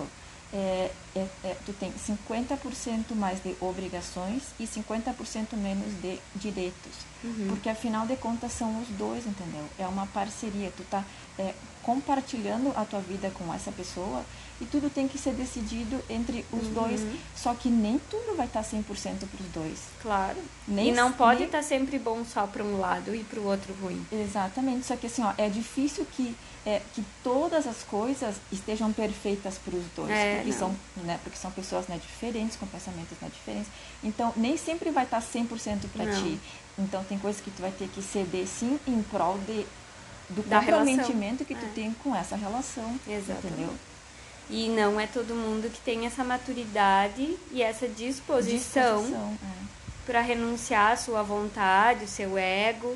S2: tu tem 50% mais de obrigações e 50% menos de direitos. Porque afinal de contas são os dois, entendeu? É uma parceria. Tu tá compartilhando a tua vida com essa pessoa e tudo tem que ser decidido entre os dois. Só que nem tudo vai estar 100% para os dois.
S3: Claro. E não pode estar sempre bom só para um lado e para o outro ruim.
S2: Exatamente. Só que assim, é difícil que todas as coisas estejam perfeitas para os dois. Porque são pessoas, né, diferentes, com pensamentos, né, diferentes. Então, nem sempre vai estar 100% para ti. Então, tem coisas que tu vai ter que ceder, sim, em prol do comprometimento que tu tem com essa relação.
S3: Exatamente.
S2: Entendeu?
S3: E não é todo mundo que tem essa maturidade e essa disposição para renunciar à sua vontade, o seu ego,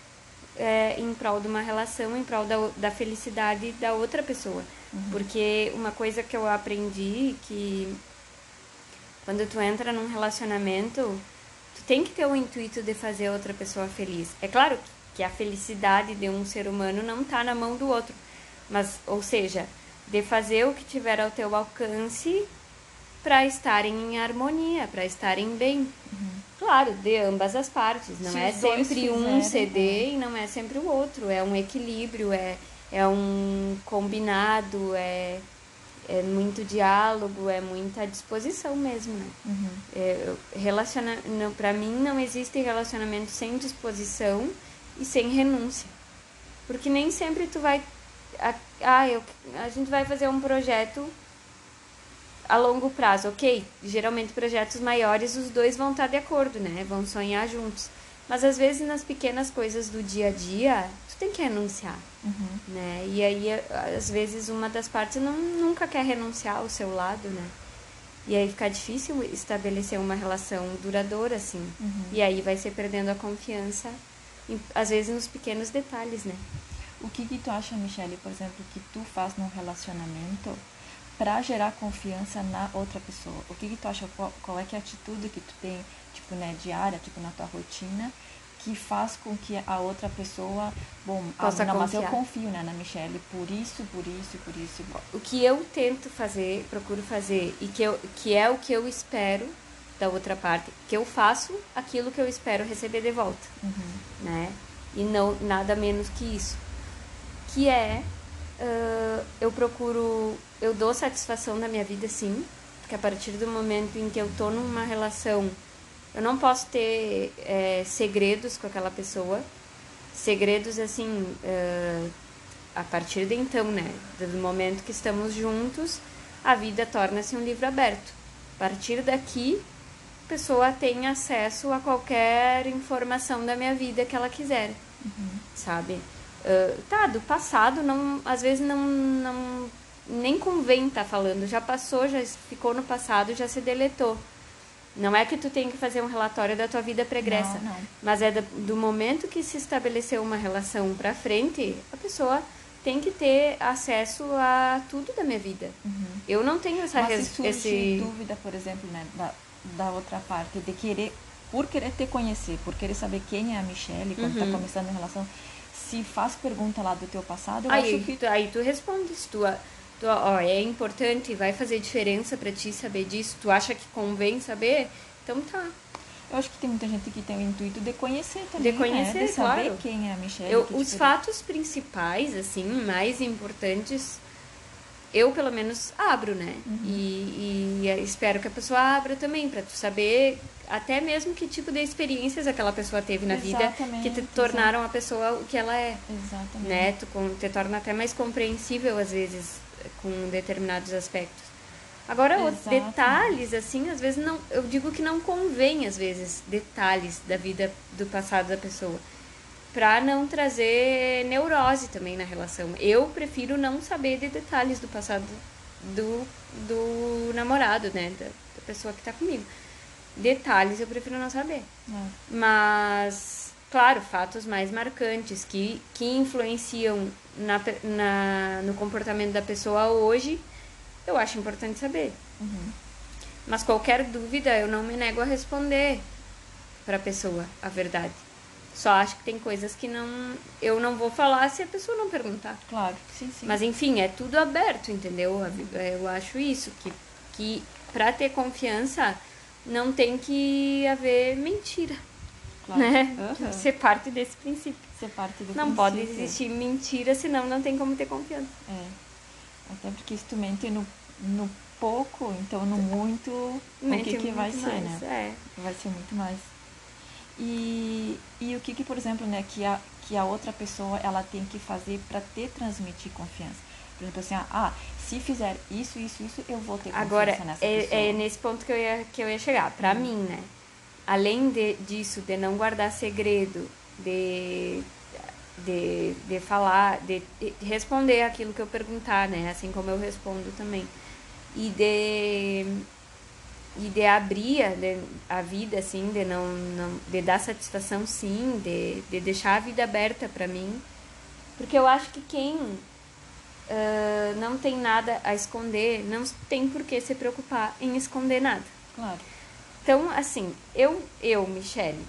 S3: em prol de uma relação, em prol da felicidade da outra pessoa. Porque uma coisa que eu aprendi, que quando tu entra num relacionamento, tu tem que ter o intuito de fazer a outra pessoa feliz. É claro que a felicidade de um ser humano não está na mão do outro, mas, ou seja, de fazer o que tiver ao teu alcance para estarem em harmonia, para estarem bem. Claro, de ambas as partes. Não é sempre um ceder e não é sempre o outro. É um equilíbrio, é um combinado, é muito diálogo, é muita disposição mesmo, né? Para mim não existe relacionamento sem disposição e sem renúncia. Porque nem sempre tu vai... a gente vai fazer um projeto a longo prazo, ok? Geralmente projetos maiores os dois vão estar de acordo, né? Vão sonhar juntos. Mas às vezes nas pequenas coisas do dia a dia, tu tem que renunciar, né? E aí às vezes uma das partes nunca quer renunciar ao seu lado, né? E aí fica difícil estabelecer uma relação duradoura, assim. E aí vai ser perdendo a confiança, às vezes nos pequenos detalhes, né?
S2: O que tu acha, Michele, por exemplo, que tu faz num relacionamento para gerar confiança na outra pessoa? O que tu acha, qual é que é a atitude que tu tem, tipo, né, diária, tipo, na tua rotina, que faz com que a outra pessoa,
S3: Possa
S2: não, mas eu
S3: confiar.
S2: confio, né, na Michelle, por isso.
S3: O que eu tento fazer, procuro fazer, e que é o que eu espero da outra parte, que eu faço aquilo que eu espero receber de volta, né? E não nada menos que isso. Que é, eu dou satisfação na minha vida, sim, porque a partir do momento em que eu tô numa relação, eu não posso ter segredos com aquela pessoa. Segredos, assim, a partir de então, né? Do momento que estamos juntos, a vida torna-se um livro aberto. A partir daqui, a pessoa tem acesso a qualquer informação da minha vida que ela quiser, sabe? Do passado, não, às vezes não nem convém estar falando. Já passou, já ficou no passado, já se deletou. Não é que tu tem que fazer um relatório da tua vida pregressa,
S2: Não.
S3: mas é do momento que se estabeleceu uma relação pra frente, a pessoa tem que ter acesso a tudo da minha vida. Eu não tenho essa
S2: Mas se surge dúvida, por exemplo, né, da outra parte, de por querer te conhecer, por querer saber quem é a Michelle, quando tá começando a relação, se faz pergunta lá do teu passado, eu acho que...
S3: Aí tu respondes, é importante, vai fazer diferença pra ti saber disso, tu acha que convém saber? Então tá.
S2: Eu acho que tem muita gente que tem o intuito de conhecer também,
S3: De conhecer,
S2: né? De saber
S3: claro.
S2: quem é a Michelle.
S3: Os fatos principais, assim, mais importantes, eu pelo menos abro, né? E espero que a pessoa abra também, pra tu saber até mesmo que tipo de experiências aquela pessoa teve na vida que te tornaram a pessoa o que ela é.
S2: Exatamente.
S3: Né? Te torna até mais compreensível, às vezes, com determinados aspectos. Agora, outros detalhes, assim, às vezes não... Eu digo que não convém, às vezes, detalhes da vida do passado da pessoa. Pra não trazer neurose também na relação. Eu prefiro não saber de detalhes do passado do namorado, né? Da pessoa que tá comigo. Detalhes eu prefiro não saber. Mas, claro, fatos mais marcantes que influenciam no comportamento da pessoa hoje, eu acho importante saber. Mas qualquer dúvida, eu não me nego a responder pra pessoa a verdade. Só acho que tem coisas que eu não vou falar se a pessoa não perguntar.
S2: Claro, sim.
S3: Mas enfim, é tudo aberto, entendeu? Eu acho isso, que pra ter confiança não tem que haver mentira.
S2: Claro.
S3: Né? Ser parte desse princípio. Não pode existir mentira, senão não tem como ter confiança.
S2: Até porque se tu mente no pouco, então no muito, o que vai ser,
S3: mais,
S2: né? Vai ser muito mais. E o que por exemplo, né, que a outra pessoa ela tem que fazer para te transmitir confiança? Por exemplo, assim, se fizer isso, eu vou ter confiança nessa pessoa.
S3: É nesse ponto que eu ia chegar. Pra mim, né? Além disso, de não guardar segredo, de falar, de responder aquilo que eu perguntar, né? Assim como eu respondo também. E de abrir a vida, assim, de dar satisfação, sim, de deixar a vida aberta pra mim. Porque eu acho que quem não tem nada a esconder, não tem por que se preocupar em esconder nada.
S2: Claro.
S3: Então, assim, eu, Michelle,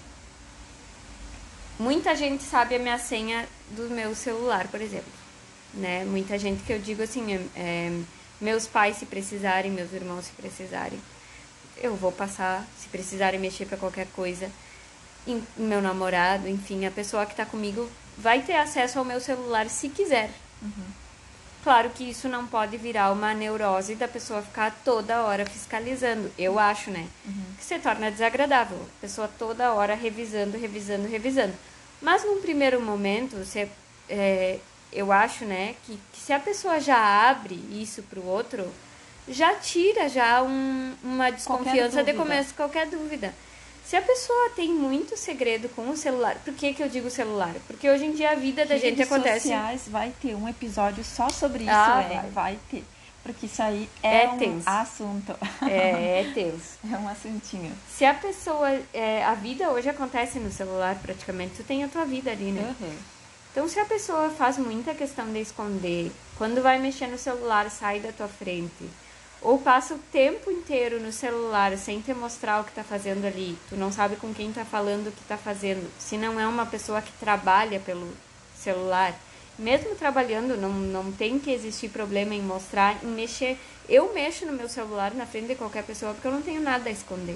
S3: muita gente sabe a minha senha do meu celular, por exemplo, né? Muita gente que eu digo assim, meus pais se precisarem, meus irmãos se precisarem, eu vou passar, se precisarem mexer pra qualquer coisa, meu namorado, enfim, a pessoa que tá comigo vai ter acesso ao meu celular se quiser. Claro que isso não pode virar uma neurose da pessoa ficar toda hora fiscalizando. Eu acho, né? Que se torna desagradável. A pessoa toda hora revisando. Mas num primeiro momento, eu acho, né? Que se a pessoa já abre isso pro outro, já tira uma desconfiança de começo, qualquer dúvida. Se a pessoa tem muito segredo com o celular... Por que eu digo celular? Porque hoje em dia a vida da gente acontece...
S2: sociais vai ter um episódio só sobre isso, vai ter. Porque isso aí é um
S3: tenso.
S2: assunto.
S3: É tenso.
S2: É um assuntinho.
S3: Se a pessoa... a vida hoje acontece no celular praticamente. Tu tem a tua vida ali, né? Então, se a pessoa faz muita questão de esconder, quando vai mexer no celular, sai da tua frente, ou passa o tempo inteiro no celular sem te mostrar o que tá fazendo ali, tu não sabe com quem tá falando o que tá fazendo, se não é uma pessoa que trabalha pelo celular, mesmo trabalhando, não tem que existir problema em mostrar, em mexer. Eu mexo no meu celular na frente de qualquer pessoa porque eu não tenho nada a esconder.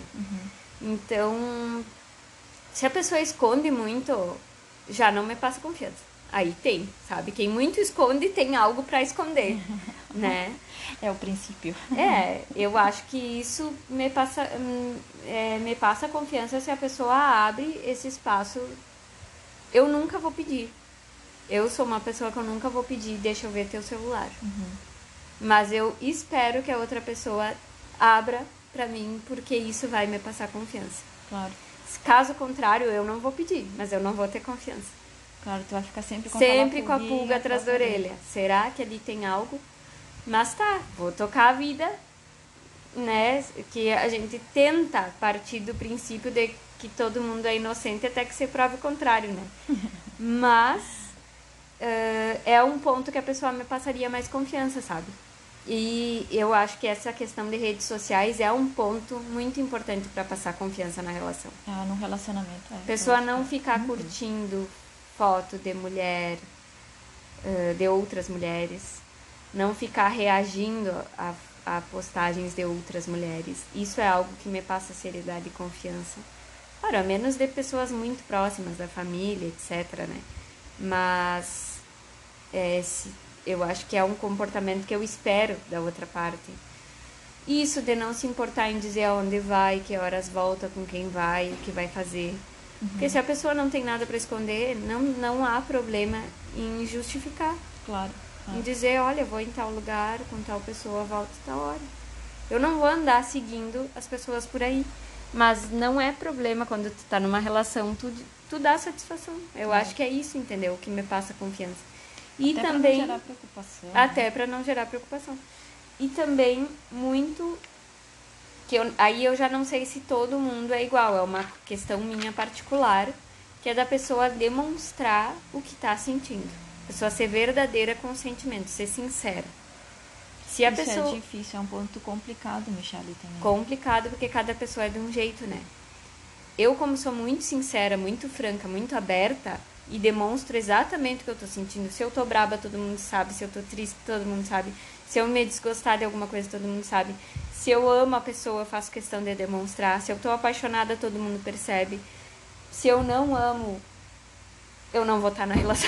S3: Então, se a pessoa esconde muito, já não me passa confiança. Aí tem, sabe? Quem muito esconde tem algo pra esconder, né?
S2: É o princípio.
S3: Eu acho que isso me passa confiança se a pessoa abre esse espaço. Eu nunca vou pedir. Eu sou uma pessoa que eu nunca vou pedir, deixa eu ver teu celular. Mas eu espero que a outra pessoa abra pra mim, porque isso vai me passar confiança.
S2: Claro.
S3: Caso contrário, eu não vou pedir, mas eu não vou ter confiança.
S2: Claro, tu vai ficar sempre com
S3: a pulga atrás da orelha. Será que ali tem algo? Mas tá, vou tocar a vida, né? Que a gente tenta partir do princípio de que todo mundo é inocente até que se prove o contrário, né? Mas é um ponto que a pessoa me passaria mais confiança, sabe? E eu acho que essa questão de redes sociais é um ponto muito importante para passar confiança na relação.
S2: No relacionamento,
S3: A pessoa não ficar curtindo foto de mulher, de outras mulheres, não ficar reagindo a postagens de outras mulheres. Isso é algo que me passa seriedade e confiança. Claro, a menos de pessoas muito próximas, da família, etc, né? Mas eu acho que é um comportamento que eu espero da outra parte. Isso de não se importar em dizer aonde vai, que horas volta, com quem vai, o que vai fazer. Porque se a pessoa não tem nada para esconder, não há problema em justificar.
S2: Claro.
S3: Em dizer, olha, vou em tal lugar, com tal pessoa, volto tal hora. Eu não vou andar seguindo as pessoas por aí. Mas não é problema quando tu tá numa relação, tu dá satisfação. Eu acho que é isso, entendeu? O que me passa confiança. E
S2: até
S3: também
S2: pra não gerar preocupação.
S3: Até para não gerar preocupação. E também muito aí eu já não sei se todo mundo é igual, é uma questão minha particular, que é da pessoa demonstrar o que tá sentindo. A pessoa ser verdadeira com o sentimento, ser sincera. Se a
S2: Isso
S3: pessoa...
S2: é difícil, é um ponto complicado, Michele, também.
S3: Complicado, porque cada pessoa é de um jeito, né? Eu, como sou muito sincera, muito franca, muito aberta, e demonstro exatamente o que eu tô sentindo. Se eu tô braba, todo mundo sabe. Se eu tô triste, todo mundo sabe. Se eu me desgostar de alguma coisa, todo mundo sabe. Se eu amo a pessoa, eu faço questão de demonstrar. Se eu tô apaixonada, todo mundo percebe. Se eu não amo, eu não vou estar na relação.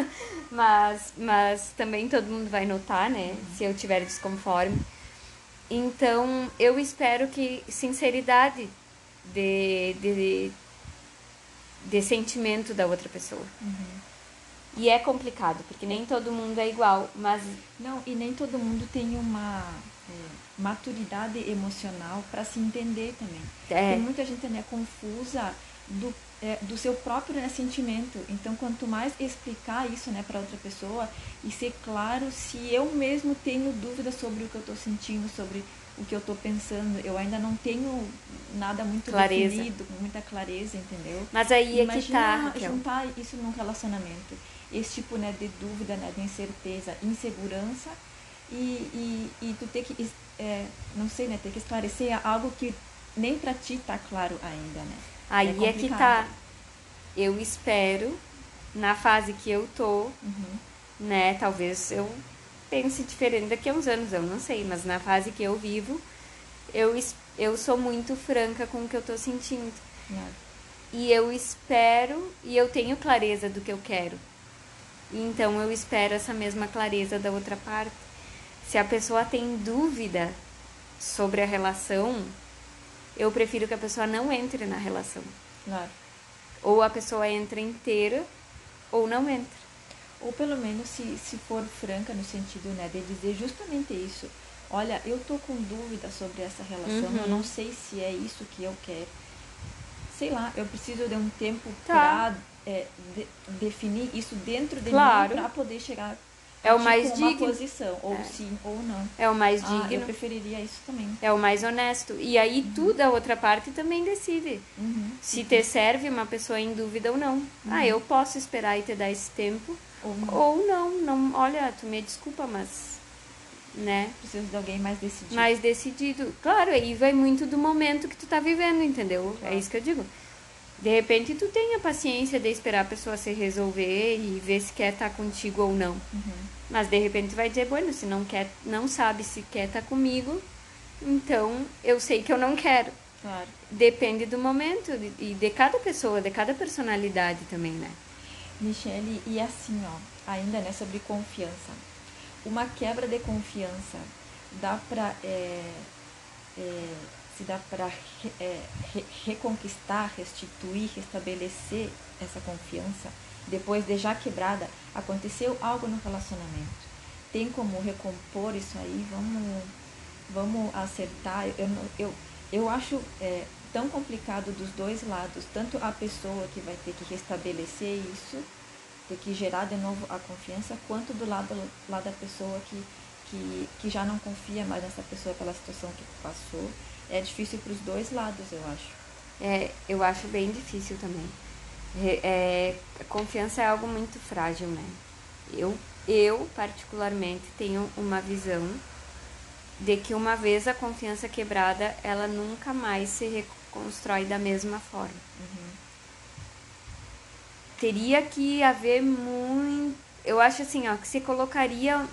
S3: mas também todo mundo vai notar, né? Se eu tiver desconforme. Então, eu espero que sinceridade de sentimento da outra pessoa. E é complicado, porque nem todo mundo é igual, mas...
S2: Não, e nem todo mundo tem uma maturidade emocional para se entender também. Tem muita gente, né, confusa do seu próprio, né, sentimento. Então, quanto mais explicar isso, né, para outra pessoa e ser claro, se eu mesmo tenho dúvida sobre o que eu estou sentindo, sobre o que eu estou pensando, eu ainda não tenho nada muito definido, com muita clareza, entendeu?
S3: Mas aí
S2: Imagina
S3: é que tá, Raquel.
S2: juntar isso num relacionamento, esse tipo, né, de dúvida, né, de incerteza, insegurança, e tu ter que, não sei, né, ter que esclarecer algo que nem pra ti tá claro ainda, né?
S3: Aí é que tá. Eu espero, na fase que eu tô, né, talvez eu pense diferente daqui a uns anos, eu não sei, mas na fase que eu vivo, eu sou muito franca com o que eu tô sentindo. E eu espero, e eu tenho clareza do que eu quero. Então eu espero essa mesma clareza da outra parte. Se a pessoa tem dúvida sobre a relação, eu prefiro que a pessoa não entre na relação. Ou a pessoa entra inteira, ou não entra.
S2: Ou pelo menos se for franca no sentido, né, de dizer justamente isso. Olha, eu tô com dúvida sobre essa relação, eu não sei se é isso que eu quero. Sei lá, eu preciso de um tempo para definir isso dentro de mim para poder chegar
S3: É o mais
S2: tipo, uma
S3: digno.
S2: posição, ou sim ou não.
S3: É o mais
S2: Eu
S3: digno.
S2: preferiria isso também.
S3: É o mais honesto. E aí tu, da outra parte, também decide. Se te serve uma pessoa em dúvida ou não. Eu posso esperar e te dar esse tempo. Ou não. Olha, tu me desculpa, mas... né?
S2: Preciso de alguém mais decidido.
S3: Mais decidido. Claro, aí vai muito do momento que tu tá vivendo, entendeu?
S2: Claro.
S3: É isso que eu digo. De repente tu tem a paciência de esperar a pessoa se resolver e ver se quer estar contigo ou não. Mas de repente tu vai dizer, bueno, se não quer, não sabe se quer estar comigo, então eu sei que eu não quero.
S2: Claro.
S3: Depende do momento e de cada pessoa, de cada personalidade também, né?
S2: Michele, e assim, ó, ainda, né, sobre confiança. Uma quebra de confiança dá pra se dá para reconquistar, restituir, restabelecer essa confiança depois de já quebrada? Aconteceu algo no relacionamento, tem como recompor isso aí? Vamos acertar? Eu acho tão complicado dos dois lados, tanto a pessoa que vai ter que restabelecer isso, ter que gerar de novo a confiança, quanto do lado da pessoa que já não confia mais nessa pessoa pela situação que passou. É difícil para os dois lados, eu acho.
S3: Eu acho bem difícil também. A confiança é algo muito frágil, né? Eu, particularmente, tenho uma visão de que uma vez a confiança quebrada, ela nunca mais se reconstrói da mesma forma. Teria que haver muito... Eu acho assim, ó, que se colocaria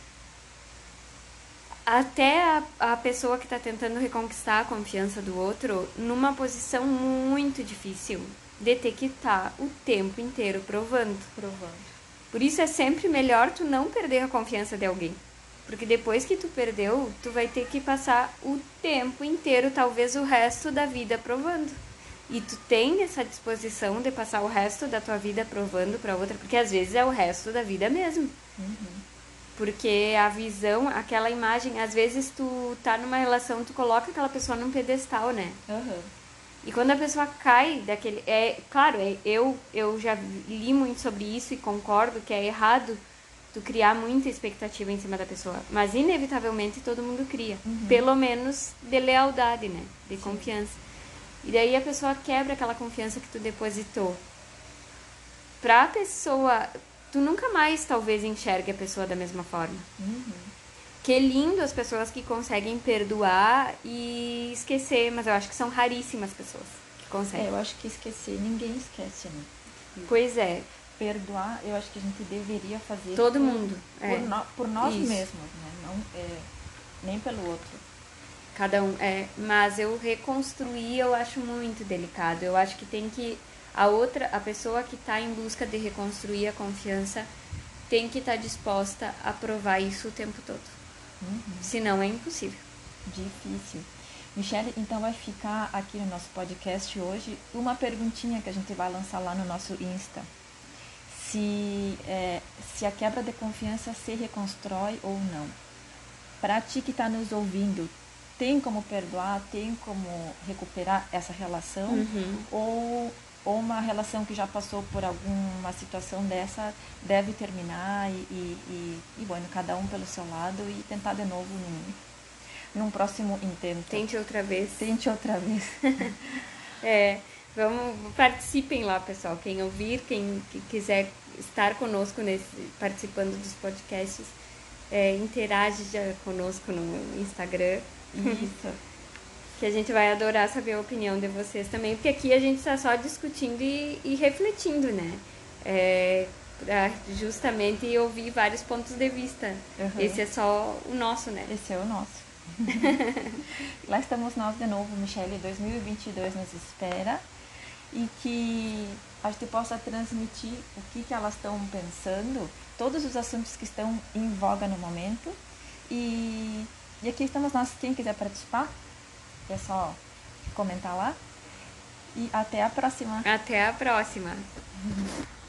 S3: até a pessoa que está tentando reconquistar a confiança do outro numa posição muito difícil de ter que estar o tempo inteiro provando. Por isso é sempre melhor tu não perder a confiança de alguém. Porque depois que tu perdeu, tu vai ter que passar o tempo inteiro, talvez o resto da vida provando. E tu tem essa disposição de passar o resto da tua vida provando para outra, porque às vezes é o resto da vida mesmo. Porque a visão, aquela imagem, às vezes tu tá numa relação, tu coloca aquela pessoa num pedestal, né? E quando a pessoa cai daquele... Claro, eu já li muito sobre isso e concordo que é errado tu criar muita expectativa em cima da pessoa. Mas inevitavelmente todo mundo cria. Pelo menos de lealdade, né? De confiança. E daí a pessoa quebra aquela confiança que tu depositou. Pra pessoa... Tu nunca mais, talvez, enxergue a pessoa da mesma forma. Que lindo as pessoas que conseguem perdoar e esquecer. Mas eu acho que são raríssimas pessoas que conseguem.
S2: Eu acho que esquecer, ninguém esquece, né?
S3: Pois é.
S2: Perdoar, eu acho que a gente deveria fazer...
S3: Todo mundo.
S2: Por nós
S3: Isso.
S2: mesmos, né? Não, nem pelo outro.
S3: Cada um. Mas eu reconstruir, eu acho muito delicado. Eu acho que tem que... A pessoa que está em busca de reconstruir a confiança tem que estar disposta a provar isso o tempo todo. Senão é impossível.
S2: Difícil. Michele, então vai ficar aqui no nosso podcast hoje uma perguntinha que a gente vai lançar lá no nosso Insta. Se a quebra de confiança se reconstrói ou não. Para ti que está nos ouvindo, tem como perdoar, tem como recuperar essa relação? Ou uma relação que já passou por alguma situação dessa deve terminar bueno, cada um pelo seu lado e tentar de novo num próximo intento.
S3: Tente outra vez. Participem lá, pessoal. Quem ouvir, quem quiser estar conosco participando dos podcasts, interage já conosco no Instagram.
S2: Isso.
S3: Que a gente vai adorar saber a opinião de vocês também, porque aqui a gente está só discutindo e refletindo, né? Pra justamente ouvir vários pontos de vista. Esse é só o nosso, né?
S2: Esse é o nosso. Lá estamos nós de novo, Michele. 2022 nos espera. E que a gente possa transmitir o que elas estão pensando, todos os assuntos que estão em voga no momento. E aqui estamos nós. Quem quiser participar, é só comentar lá. E até a próxima.
S3: Até a próxima.